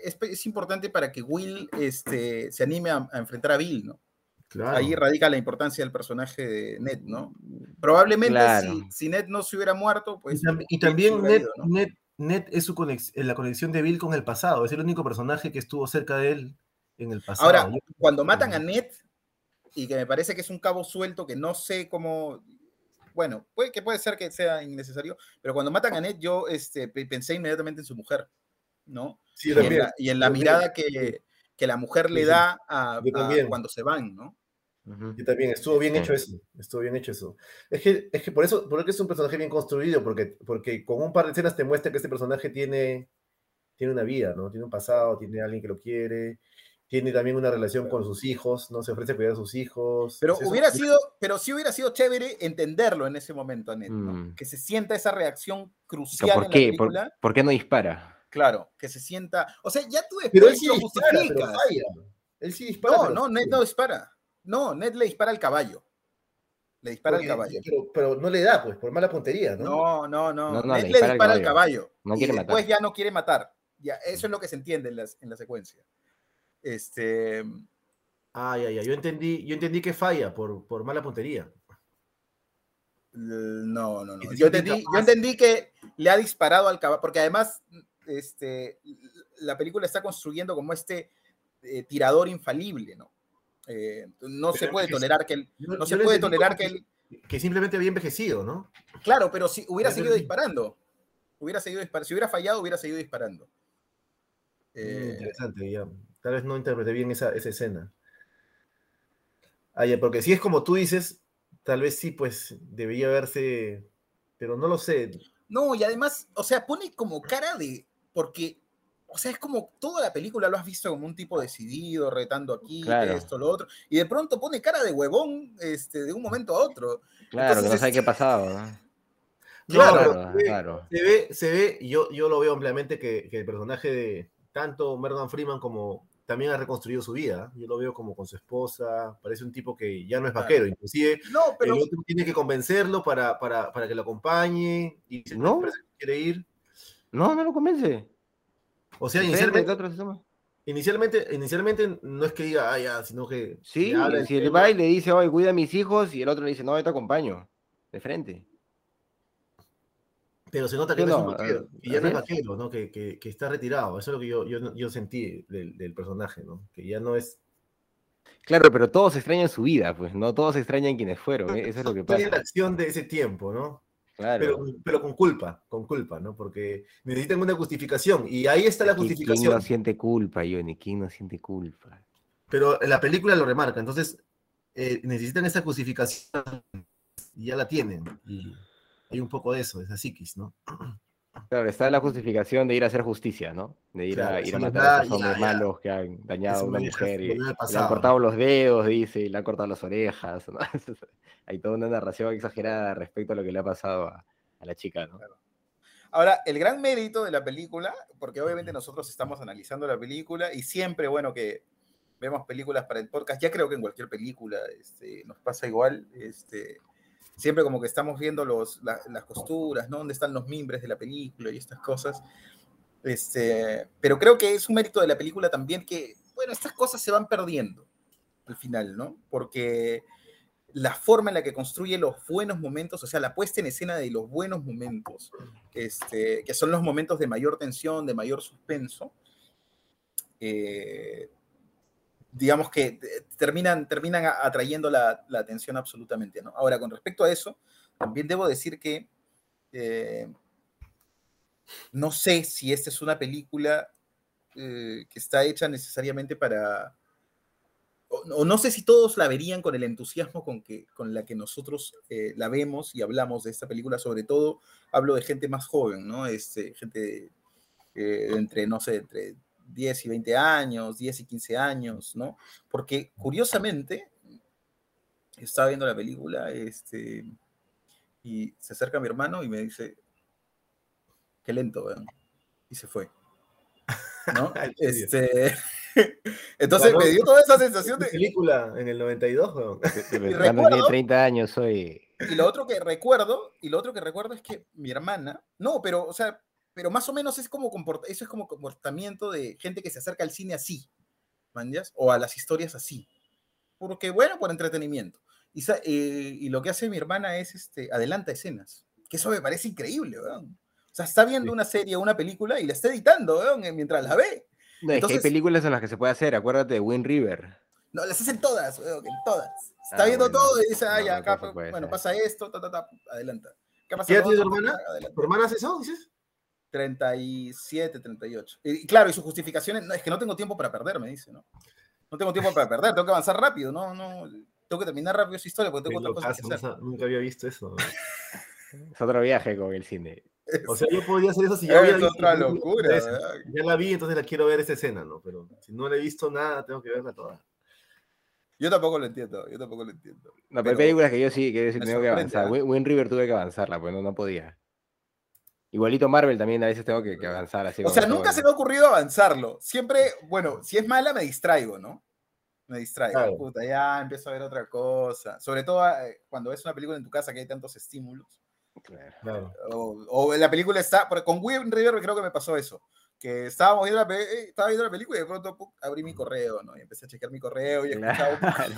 que Will se anime a enfrentar a Bill, ¿no? Claro. Ahí radica la importancia del personaje de Ned, ¿no? Probablemente claro. si Ned no se hubiera muerto, pues... Y también Ned, ido, ¿no? Ned es la conexión de Bill con el pasado, es el único personaje que estuvo cerca de él en el pasado. Ahora, cuando matan a Ned, y que me parece que es un cabo suelto que no sé cómo... Bueno, puede ser que sea innecesario, pero cuando matan a Ned yo pensé inmediatamente en su mujer, ¿no? Sí, y en la mirada que la mujer le da cuando se van, ¿no? Yo también, estuvo bien hecho eso. Es que por eso es un personaje bien construido, porque con un par de escenas te muestra que este personaje tiene tiene una vida, ¿no? Tiene un pasado, tiene alguien que lo quiere, tiene también una relación con sus hijos, ¿no? Se ofrece a cuidar a sus hijos. Pero Eso- sí hubiera sido chévere entenderlo en ese momento, Annette, ¿no? Que se sienta esa reacción crucial ¿Por en la qué? película. ¿Por qué no dispara? Claro, que se sienta. O sea, ya tú Pero él después sí lo dispara, pero justificas. falla. Él sí dispara, No, pero no, Ned falla. no dispara. No, Ned le dispara al caballo. Le dispara al Porque- caballo. pero no le da, pues, por mala puntería, ¿no? No. No, Ned le le dispara al dispara al caballo. caballo. No Y quiere después matar. ya no quiere matar. Ya, eso es lo que se entiende en la secuencia. Ya. Yo entendí que falla por mala puntería. No. Que se Yo siente incapaz. entendí que le ha disparado al caballo, porque además la película está construyendo como tirador infalible, ¿no? No se Pero puede tolerar que él, Yo, no yo se lo puede entendí tolerar como que él, que simplemente había envejecido, ¿no? claro, pero si hubiera Yo seguido entendí. disparando, si hubiera fallado, hubiera seguido disparando. Interesante, ya. Tal vez no interpreté bien esa escena. Ya, porque si es como tú dices, tal vez sí, pues debería verse, pero no lo sé. No, y además, o sea, pone como cara porque, o sea, es como toda la película lo has visto como un tipo decidido, retando aquí, Claro. esto, lo otro, y de pronto pone cara de huevón, de un momento a otro. Claro, que no Entonces, sabe qué ha pasado, ¿no? Claro. Claro, claro. Se ve, y yo lo veo ampliamente que el personaje de tanto Morgan Freeman como también ha reconstruido su vida. Yo lo veo como con su esposa, parece un tipo que ya no es vaquero, inclusive No, pero el otro tiene que convencerlo para que lo acompañe y ¿No? parece que quiere ir. No lo convence. O sea, Diferente de otros sistemas. inicialmente no es que diga, ya, sino que Sí, le habla el si él tema. va y le dice, oye, cuida a mis hijos, y el otro le dice, no, yo te acompaño. De frente. Pero se nota que ¿Sí o no es un no? vaquero, que ya Así no es es. vaquero, ¿no? Que está retirado. Eso es lo que yo sentí del personaje, ¿no? Que ya no es. Claro, pero todos extrañan su vida, pues, ¿no? Todos extrañan quienes fueron, eso es lo que Extraña la pasa. acción de ese tiempo, ¿no? Claro. Pero con culpa, ¿no? Porque necesitan una justificación y ahí está la ¿Quién no justificación. siente culpa, Johnny? ¿Quién no siente culpa? Pero la película lo remarca, entonces necesitan esa justificación y ya la tienen. Y hay un poco de eso, de esa psiquis, ¿no? Claro, está la justificación de ir a hacer justicia, ¿no? De ir Claro, a eso les matar a da, esos hombres malos que han dañado a eso una me deja mujer y volver al le han pasado, cortado ¿no? los dedos, dice, y le han cortado las orejas, ¿no? Hay toda una narración exagerada respecto a lo que le ha pasado a la chica, ¿no? ahora, el gran mérito de la película, porque obviamente nosotros estamos analizando la película y siempre, bueno, que vemos películas para el podcast, ya creo que en cualquier película nos pasa igual, siempre como que estamos viendo las costuras, ¿no? Dónde están los mimbres de la película y estas cosas. Pero creo que es un mérito de la película también que, bueno, estas cosas se van perdiendo al final, ¿no? Porque la forma en la que construye los buenos momentos, o sea, la puesta en escena de los buenos momentos, que son los momentos de mayor tensión, de mayor suspenso, digamos que terminan atrayendo la atención absolutamente, ¿no? Ahora, con respecto a eso, también debo decir que no sé si esta es una película que está hecha necesariamente para... O no sé si todos la verían con el entusiasmo con la que nosotros la vemos y hablamos de esta película. Sobre todo hablo de gente más joven, ¿no? Gente entre, no sé, entre 10 y 20 años, 10 y 15 años, ¿no? Porque curiosamente, estaba viendo la película y se acerca mi hermano y me dice, qué lento, ¿verdad? Y se fue, ¿no? Entonces me dio toda esa sensación de... película en el 92, weón. Cuando tiene 30 años soy... Y lo otro que recuerdo es que mi hermana, no, pero, o sea, pero más o menos es como eso es como comportamiento de gente que se acerca al cine así, ¿manjas? O a las historias así. Porque, bueno, por entretenimiento. Y lo que hace mi hermana es, adelanta escenas. Que eso me parece increíble, weón. O sea, está viendo una serie o una película y la está editando, weón, mientras la ve. No, Entonces, es que hay películas en las que se puede hacer, acuérdate de Wind River. No, las hacen todas, weón, en todas. Está viendo bueno, todo y dice, no, ya, acá, entonces puede bueno, ser. pasa esto, adelanta. ¿Qué pasa ¿Qué edad lo tiene tu otro? hermana? Adelanta. ¿Tu hermana hace eso, dices? 37, 38. Y claro, y sus justificaciones, no, es que no tengo tiempo para perder, me dice, ¿no? No tengo tiempo para perder, tengo que avanzar rápido, no, tengo que terminar rápido esa historia porque tengo otras cosas que hacer. Nunca había visto eso. Es otro viaje con el cine. O sea, yo podría hacer eso si ya hubiera Es visto otra la película locura, de esas. ¿verdad? Ya la vi, entonces la quiero ver esa escena, ¿no? Pero si no la he visto nada, tengo que verla toda. Yo tampoco lo entiendo, yo tampoco lo entiendo. No, pero hay Pero películas que yo sí me tengo que sorprende, avanzar. ¿ah? Wind River tuve que avanzarla, pues no podía. Igualito Marvel también a veces tengo que avanzar así O como sea, todo. nunca se me ha ocurrido avanzarlo. Siempre, bueno, si es mala me distraigo, ¿no? Me distraigo. Claro. Puta, ya empiezo a ver otra cosa. Sobre todo cuando ves una película en tu casa que hay tantos estímulos. Claro. Claro. O la película está. Con Wind River creo que me pasó eso. Que estábamos viendo estaba viendo la película y de pronto abrí mi correo, ¿no? Y empecé a chequear mi correo y escuchaba un poco. Claro.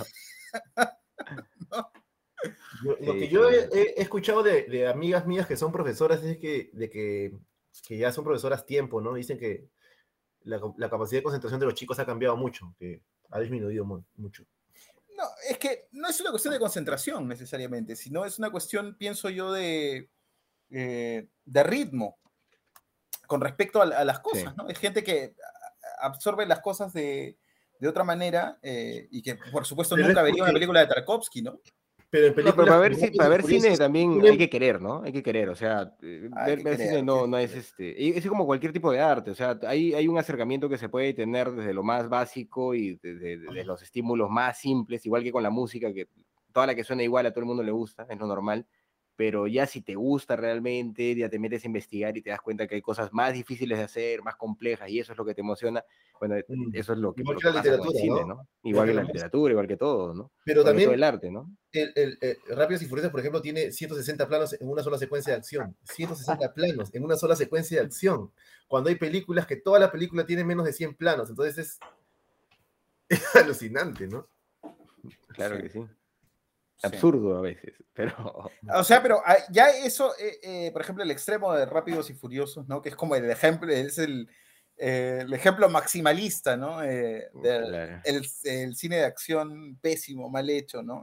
¿No? Lo Sí, que yo sí. he escuchado de amigas mías que son profesoras es que ya son profesoras tiempo, ¿no? Dicen que la capacidad de concentración de los chicos ha cambiado mucho, que ha disminuido mucho. No, es que no es una cuestión de concentración necesariamente, sino es una cuestión, pienso yo, de ritmo con respecto a las cosas, Sí. ¿no? Es gente que absorbe las cosas de otra manera y que, por supuesto, Pero nunca es vería una porque- película de Tarkovsky, ¿no? Pero en No, pero películas como Rápidos para y ver cine Furiosos también hay tienen- que querer, ¿no? Hay que querer, o sea, Hay que ver cine querer, no es es como cualquier tipo de arte, o sea, hay un acercamiento que se puede tener desde lo más básico y desde los estímulos más simples, igual que con la música, que toda la que suena igual a todo el mundo le gusta, es lo normal, pero ya si te gusta realmente, ya te metes a investigar y te das cuenta que hay cosas más difíciles de hacer, más complejas, y eso es lo que te emociona, bueno, eso es Igual lo que que la pasa con el literatura, cine, ¿no? ¿no? Igual Igual que que la la música. literatura, igual que todo, ¿no? Pero Igual que todo también el arte, ¿no? Rápidos y Furiosos, por ejemplo, tiene 160 planos en una sola secuencia de acción. 160 planos en una sola secuencia de acción. Cuando hay películas que toda la película tiene menos de 100 planos. Entonces es alucinante, ¿no? Claro Sí. que sí. Sí. Absurdo a veces, pero O sea, pero ya eso, por ejemplo, el extremo de Rápidos y Furiosos, ¿no? Que es como el ejemplo, es el ejemplo maximalista, ¿no? claro. El cine de acción pésimo, mal hecho, ¿no?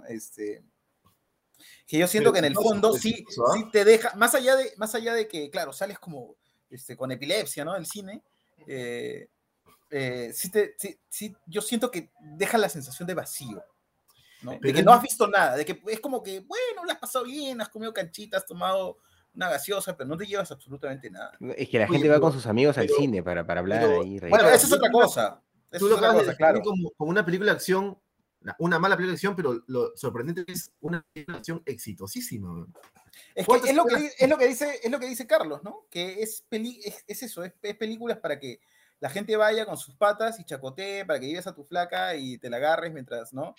Que yo Pero siento que en el fondo sí, exitoso, ¿ah? sí te deja, más allá de que, claro, sales como con epilepsia, ¿no? Del cine, sí, yo siento que deja la sensación de vacío, ¿no? De Pero que es- no has visto nada, de que es como que, bueno, la has pasado bien, has comido canchita, has tomado una gaseosa, pero no te llevas absolutamente nada. Es que la Oye, gente va con sus amigos al pero- cine para hablar pero, ahí, Bueno, reírse. eso es escucha, otra cosa. tú Eso lo es otra acabas de cosa, describir claro. como una película de acción, una mala película de acción, pero lo sorprendente es una película de acción exitosísima. ¿No? Es que ¿Cuántas escenas- es lo que dice Carlos, ¿no? Que es eso, es películas para que la gente vaya con sus patas y chacotee, para que lleves a tu flaca y te la agarres mientras, ¿no?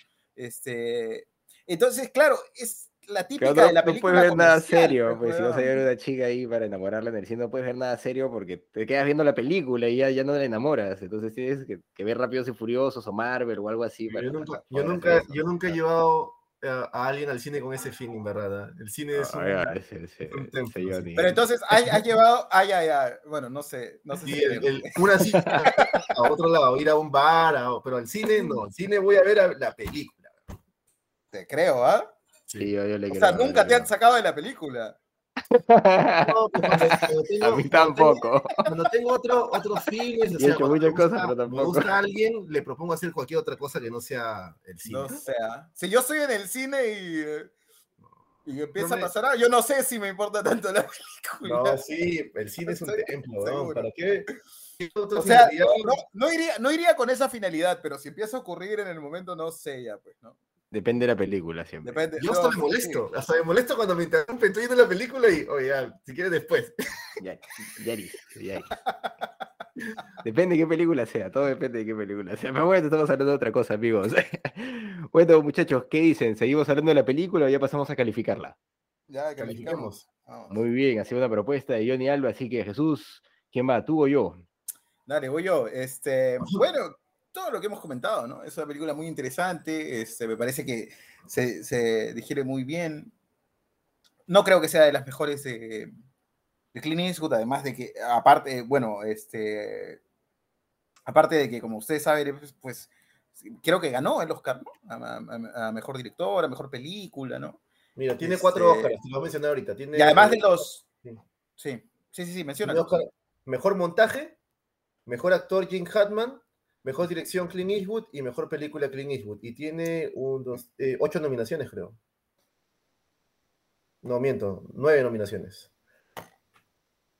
Entonces, claro, es la Claro, típica de la no puedes película ver nada comercial, serio, pues, pues si vas a weón. ver a una chica ahí para enamorarla en el cine, no puedes ver nada serio porque te quedas viendo la película y ya no la enamoras. Entonces tienes que ver Rápidos y Furiosos o Marvel o algo así para poder hacer eso, Yo ¿no? nunca he llevado a alguien al cine con ese feeling, ¿verdad? El cine es Ay, un, ay, es un ese templo. Sí. Johnny. Pero entonces, has llevado, bueno, no sé Sí, si creerlo. una cita a otro lado, ir a un bar, pero al cine no, al cine voy a ver la película. Te creo, ¿ah? Sí, yo le O sea, creo, yo le nunca te han creo. sacado de la película. No, pues A mí tampoco. cuando tengo otros fines, o Y he sea, hecho cuando muchas cosas, pero me tampoco. gusta alguien, le propongo hacer cualquier otra cosa que no sea el cine. No sé, ¿ah? Si yo estoy en el cine y empieza a me- pasar algo, yo no sé si me importa tanto la película. No, sí, el cine es un Estoy templo, ¿no? seguro. ¿Para qué? ¿Qué otra O sea, finalidad? no iría con esa finalidad, pero si empieza a ocurrir en el momento, no sé ya, pues, ¿no? Depende de la película siempre. Depende. Yo No, hasta me molesto cuando me interrumpen, estoy viendo la película y, oye, ya, si quieres después. Ya listo, ya. Depende de qué película sea, todo depende de qué película sea. Pero bueno, estamos hablando de otra cosa, amigos. Bueno, muchachos, ¿qué dicen? ¿Seguimos hablando de la película o ya pasamos a calificarla? ya Califiquemos. calificamos. Vamos. Muy bien, ha sido una propuesta de Johnny Alba, así que Jesús, ¿quién va? ¿Tú o yo? Dale, voy yo. Bueno, todo lo que hemos comentado, ¿no? Es una película muy interesante. Me parece que se digiere muy bien. No creo que sea de las mejores de Clint Eastwood, además de que, aparte, bueno, aparte de que, como ustedes saben, pues creo que ganó el Oscar, ¿no? A mejor director, a mejor película, ¿no? Mira, tiene 4 Oscars, te lo voy a mencionar ahorita. Y además de los... Sí. Sí, menciona. Tiene Oscar, mejor montaje, mejor actor Jim Hackman, mejor dirección Clint Eastwood y mejor película Clint Eastwood. Y tiene 8 nominaciones, creo. No, miento, 9 nominaciones.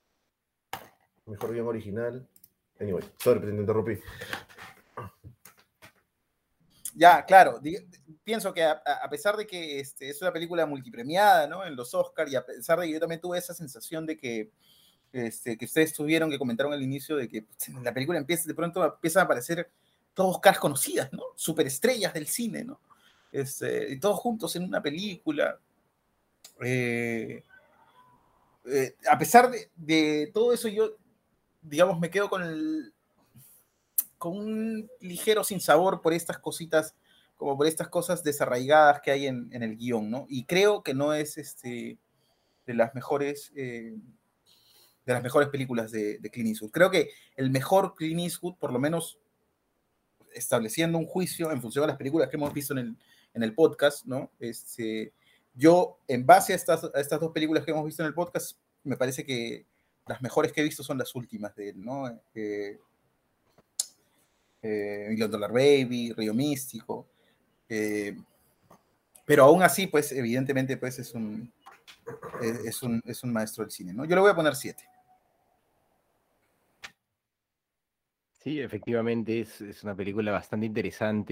Mejor guión original. Anyway, sorry, te interrumpí. Ya, claro. Pienso que a pesar de que es una película multipremiada, ¿no? En los Oscars, y a pesar de que yo también tuve esa sensación de que, que ustedes tuvieron, que comentaron al inicio, de que la película de pronto empiezan a aparecer todos caras conocidas, ¿no? Superestrellas del cine, ¿no? Y todos juntos en una película. A pesar de todo eso, yo, digamos, me quedo con un ligero sinsabor por estas cositas, como por estas cosas desarraigadas que hay en el guión, ¿no? Y creo que no es de las mejores películas de Clint Eastwood. Creo que el mejor Clint Eastwood, por lo menos estableciendo un juicio en función de las películas que hemos visto en el podcast, ¿no? Yo, en base a estas dos películas que hemos visto en el podcast, me parece que las mejores que he visto son las últimas de él, ¿no? Million Dollar Baby, Río Místico. Pero aún así, pues, evidentemente, pues, es un maestro del cine, ¿no? Yo le voy a poner 7. Sí, efectivamente es una película bastante interesante.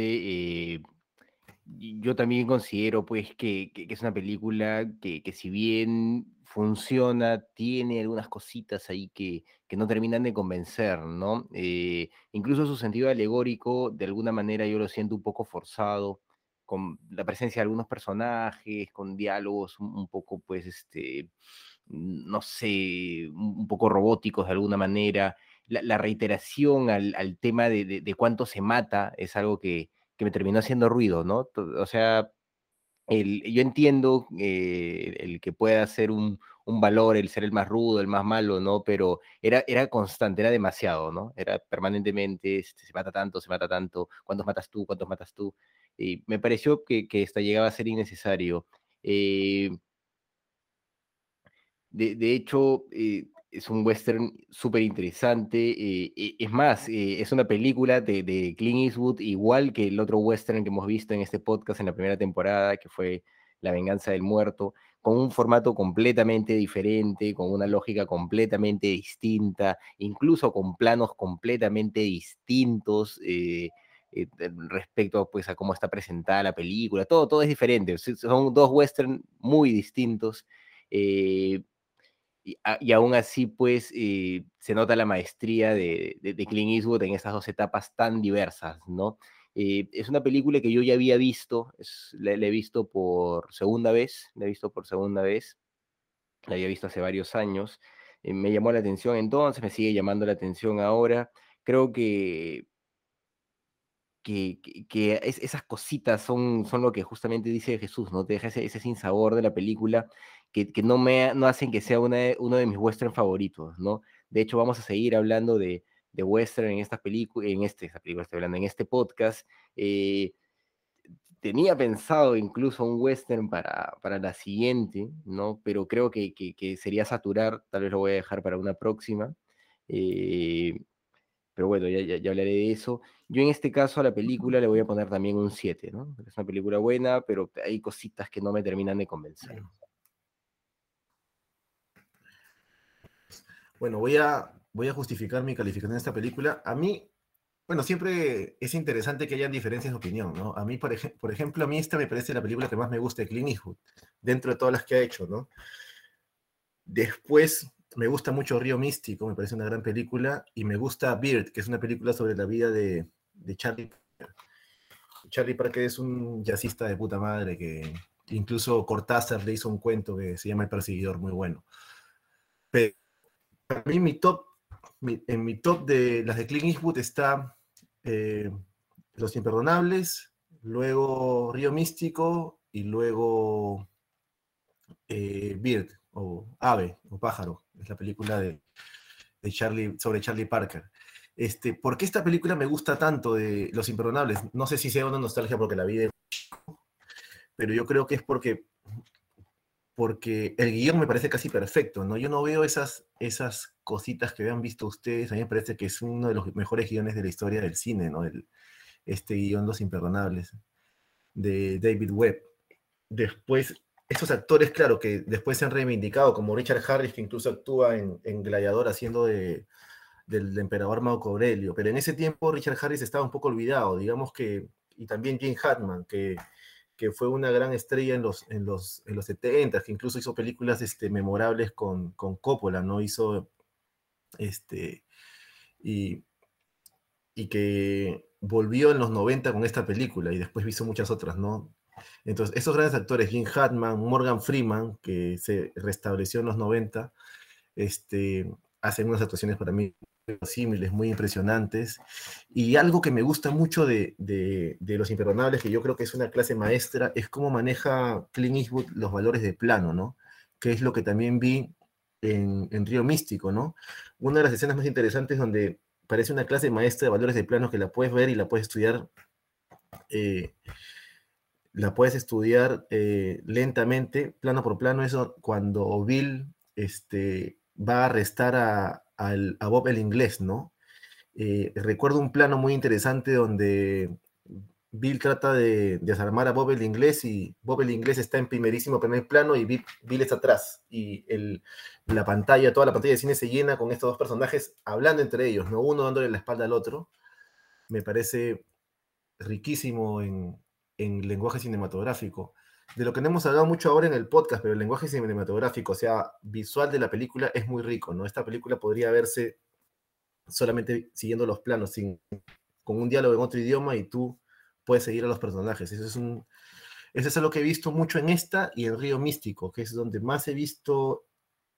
Yo también considero pues que es una película que si bien funciona, tiene algunas cositas ahí que no terminan de convencer, ¿no? Incluso su sentido alegórico, de alguna manera yo lo siento un poco forzado, con la presencia de algunos personajes, con diálogos un poco pues, no sé, un poco robóticos de alguna manera. La reiteración al tema de cuánto se mata es algo que me terminó haciendo ruido, ¿no? O sea, yo entiendo el que pueda ser un valor, el ser el más rudo, el más malo, ¿no? Pero era constante, era demasiado, ¿no? Era permanentemente, se mata tanto, ¿cuántos matas tú? ¿Cuántos matas tú? Y me pareció que esta llegaba a ser innecesario. Eh, de hecho, es un western súper interesante. Es más, es una película de Clint Eastwood, igual que el otro western que hemos visto en este podcast en la primera temporada, que fue La venganza del muerto, con un formato completamente diferente, con una lógica completamente distinta, incluso con planos completamente distintos. Respecto pues a cómo está presentada la película, todo es diferente, son dos western muy distintos. eh, y aún así, pues, se nota la maestría de Clint Eastwood en estas dos etapas tan diversas, ¿no? Es una película que yo ya había visto, la he visto por segunda vez, la había visto hace varios años, me llamó la atención entonces, me sigue llamando la atención ahora, creo que esas cositas son lo que justamente dice Jesús, ¿no? Te deja ese sinsabor de la película que no hacen que sea uno de mis western favoritos, ¿no? De hecho, vamos a seguir hablando de western en esta película, estoy hablando, en este podcast. Eh, Tenía pensado incluso un western para la siguiente, ¿no? Pero creo que sería saturar, tal vez lo voy a dejar para una próxima. Eh, pero bueno, ya hablaré de eso. Yo en este caso a la película le voy a poner también un 7, ¿no? Es una película buena, pero hay cositas que no me terminan de convencer. Bueno, voy a justificar mi calificación de esta película. A mí, bueno, siempre es interesante que hayan diferencias de opinión, ¿no? A mí, por ejemplo, a mí esta me parece la película que más me gusta de Clint Eastwood, dentro de todas las que ha hecho, ¿no? Después, me gusta mucho Río Místico, me parece una gran película, y me gusta Bird, que es una película sobre la vida de Charlie Parker. Charlie Parker es un jazzista de puta madre que incluso Cortázar le hizo un cuento que se llama El Perseguidor, muy bueno. Pero para mí en mi top de las de Clint Eastwood está Los Imperdonables, luego Río Místico y luego Bird o Ave o Pájaro, es la película de sobre Charlie Parker. ¿Por qué esta película me gusta tanto de Los Imperdonables? No sé si sea una nostalgia porque la vi de chico, pero yo creo que es porque el guión me parece casi perfecto, ¿no? Yo no veo esas cositas que habían visto ustedes, a mí me parece que es uno de los mejores guiones de la historia del cine, ¿no? Este guión Los Imperdonables, de David Webb. Después, estos actores, claro, que después se han reivindicado, como Richard Harris, que incluso actúa en Gladiador haciendo del emperador Marco Aurelio, pero en ese tiempo Richard Harris estaba un poco olvidado, digamos que, y también Gene Hackman, que fue una gran estrella en los 70, que incluso hizo películas memorables con Coppola, ¿no? Hizo, y que volvió en los 90 con esta película, y después hizo muchas otras, ¿no? Entonces, esos grandes actores, Gene Hackman, Morgan Freeman, que se restableció en los 90, hacen unas actuaciones para mí símiles, muy impresionantes. Y algo que me gusta mucho de Los Imperdonables, que yo creo que es una clase maestra, es cómo maneja Clint Eastwood los valores de plano, ¿no? Que es lo que también vi en Río Místico, ¿no? Una de las escenas más interesantes donde parece una clase maestra de valores de plano que la puedes ver y la puedes estudiar lentamente, plano por plano, eso cuando Bill va a arrestar a Bob el inglés, ¿no? Recuerdo un plano muy interesante donde Bill trata de desarmar a Bob el inglés y Bob el inglés está en primerísimo primer plano y Bill está atrás y toda la pantalla de cine se llena con estos dos personajes hablando entre ellos, ¿no? Uno dándole la espalda al otro. Me parece riquísimo en lenguaje cinematográfico. De lo que no hemos hablado mucho ahora en el podcast, pero el lenguaje cinematográfico, o sea, visual de la película es muy rico, ¿no? Esta película podría verse solamente siguiendo los planos, con un diálogo en otro idioma y tú puedes seguir a los personajes. Eso es algo que he visto mucho en esta y en Río Místico, que es donde más he visto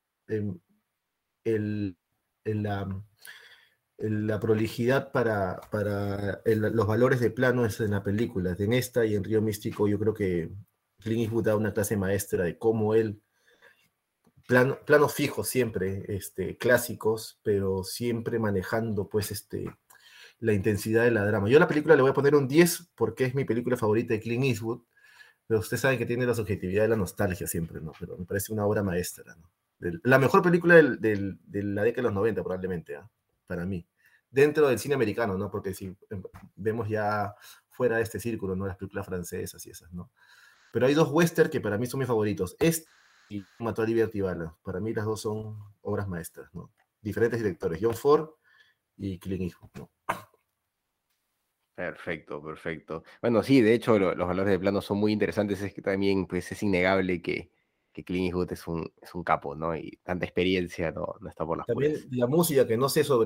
la prolijidad para los valores de planos en la película. En esta y en Río Místico yo creo que Clint Eastwood da una clase maestra de cómo él, planos fijos siempre, clásicos, pero siempre manejando pues la intensidad de la drama. Yo a la película le voy a poner un 10 porque es mi película favorita de Clint Eastwood, pero usted sabe que tiene la subjetividad de la nostalgia siempre, ¿no? Pero me parece una obra maestra, ¿no? La mejor película de la década de los 90 probablemente, ¿eh? Para mí. Dentro del cine americano, ¿no? Porque si vemos ya fuera de este círculo, ¿no? Las películas francesas y esas, ¿no? Pero hay dos western que para mí son mis favoritos. Y Mató a Liberty Balance. Para mí las dos son obras maestras, ¿no? Diferentes directores, John Ford y Clint Eastwood, ¿no? Perfecto, perfecto. Bueno, sí, de hecho los valores de plano son muy interesantes. Es que también pues, es innegable que Clint Eastwood es un capo, ¿no? Y tanta experiencia no está por las También puras. la música que no sé No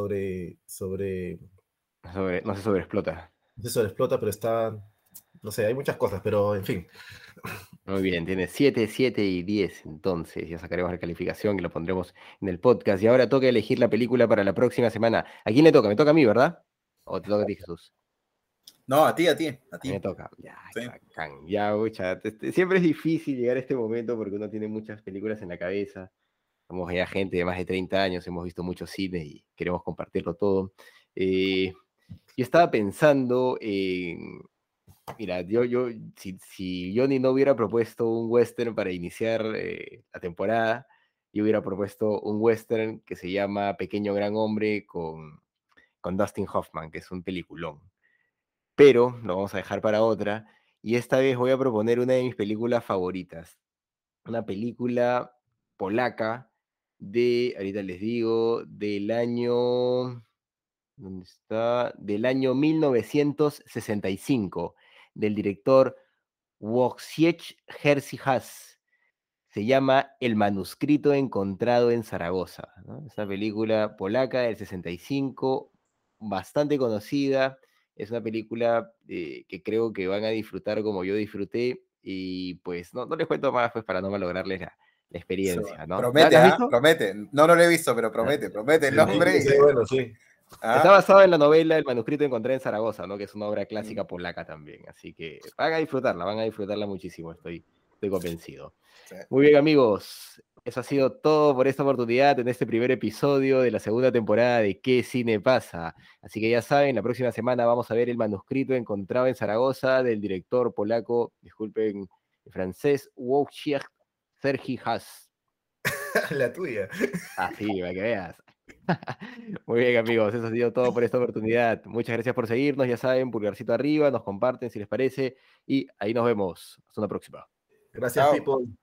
se sobreexplota. no sé sobre explota, pero está, no sé, hay muchas cosas, pero en fin. Muy bien, tiene 7, 7 y 10, entonces ya sacaremos la calificación y lo pondremos en el podcast. Y ahora toca elegir la película para la próxima semana. ¿A quién le toca? Me toca a mí, ¿verdad? ¿O te toca a ti, Jesús? No, a ti. A mí me toca. Ya, Sí. qué bacán. Ya, mucha. Siempre es difícil llegar a este momento porque uno tiene muchas películas en la cabeza. Somos ya gente de más de 30 años, hemos visto mucho cine y queremos compartirlo todo. Yo estaba pensando en... Mira, si Johnny no hubiera propuesto un western para iniciar la temporada, yo hubiera propuesto un western que se llama Pequeño Gran Hombre con Dustin Hoffman, que es un peliculón. Pero lo vamos a dejar para otra. Y esta vez voy a proponer una de mis películas favoritas. Una película polaca ahorita les digo, del año... ¿Dónde está? Del año 1965, del director Wojciech Hersey-Haas. Se llama El manuscrito encontrado en Zaragoza, ¿no? Es una película polaca del 65, bastante conocida. Es una película que creo que van a disfrutar como yo disfruté. Y pues no les cuento más pues, para no malograrles la experiencia, ¿no? Promete, ¿La has ¿ah? visto? Promete. No lo he visto, pero promete el nombre. Sí, bueno, sí. Está basado en la novela El manuscrito encontrado en Zaragoza, ¿no? Que es una obra clásica polaca también. Así que van a disfrutarla muchísimo, estoy convencido. Sí. Muy bien, amigos. Eso ha sido todo por esta oportunidad en este primer episodio de la segunda temporada de ¿Qué cine pasa? Así que ya saben, la próxima semana vamos a ver El manuscrito encontrado en Zaragoza del director polaco, disculpen, francés, Wojciech Hersey-Haas. La tuya. Así, para que veas. Muy bien, amigos, eso ha sido todo por esta oportunidad. Muchas gracias por seguirnos, ya saben, pulgarcito arriba, nos comparten si les parece y ahí nos vemos. Hasta una próxima. Gracias, Chao. people.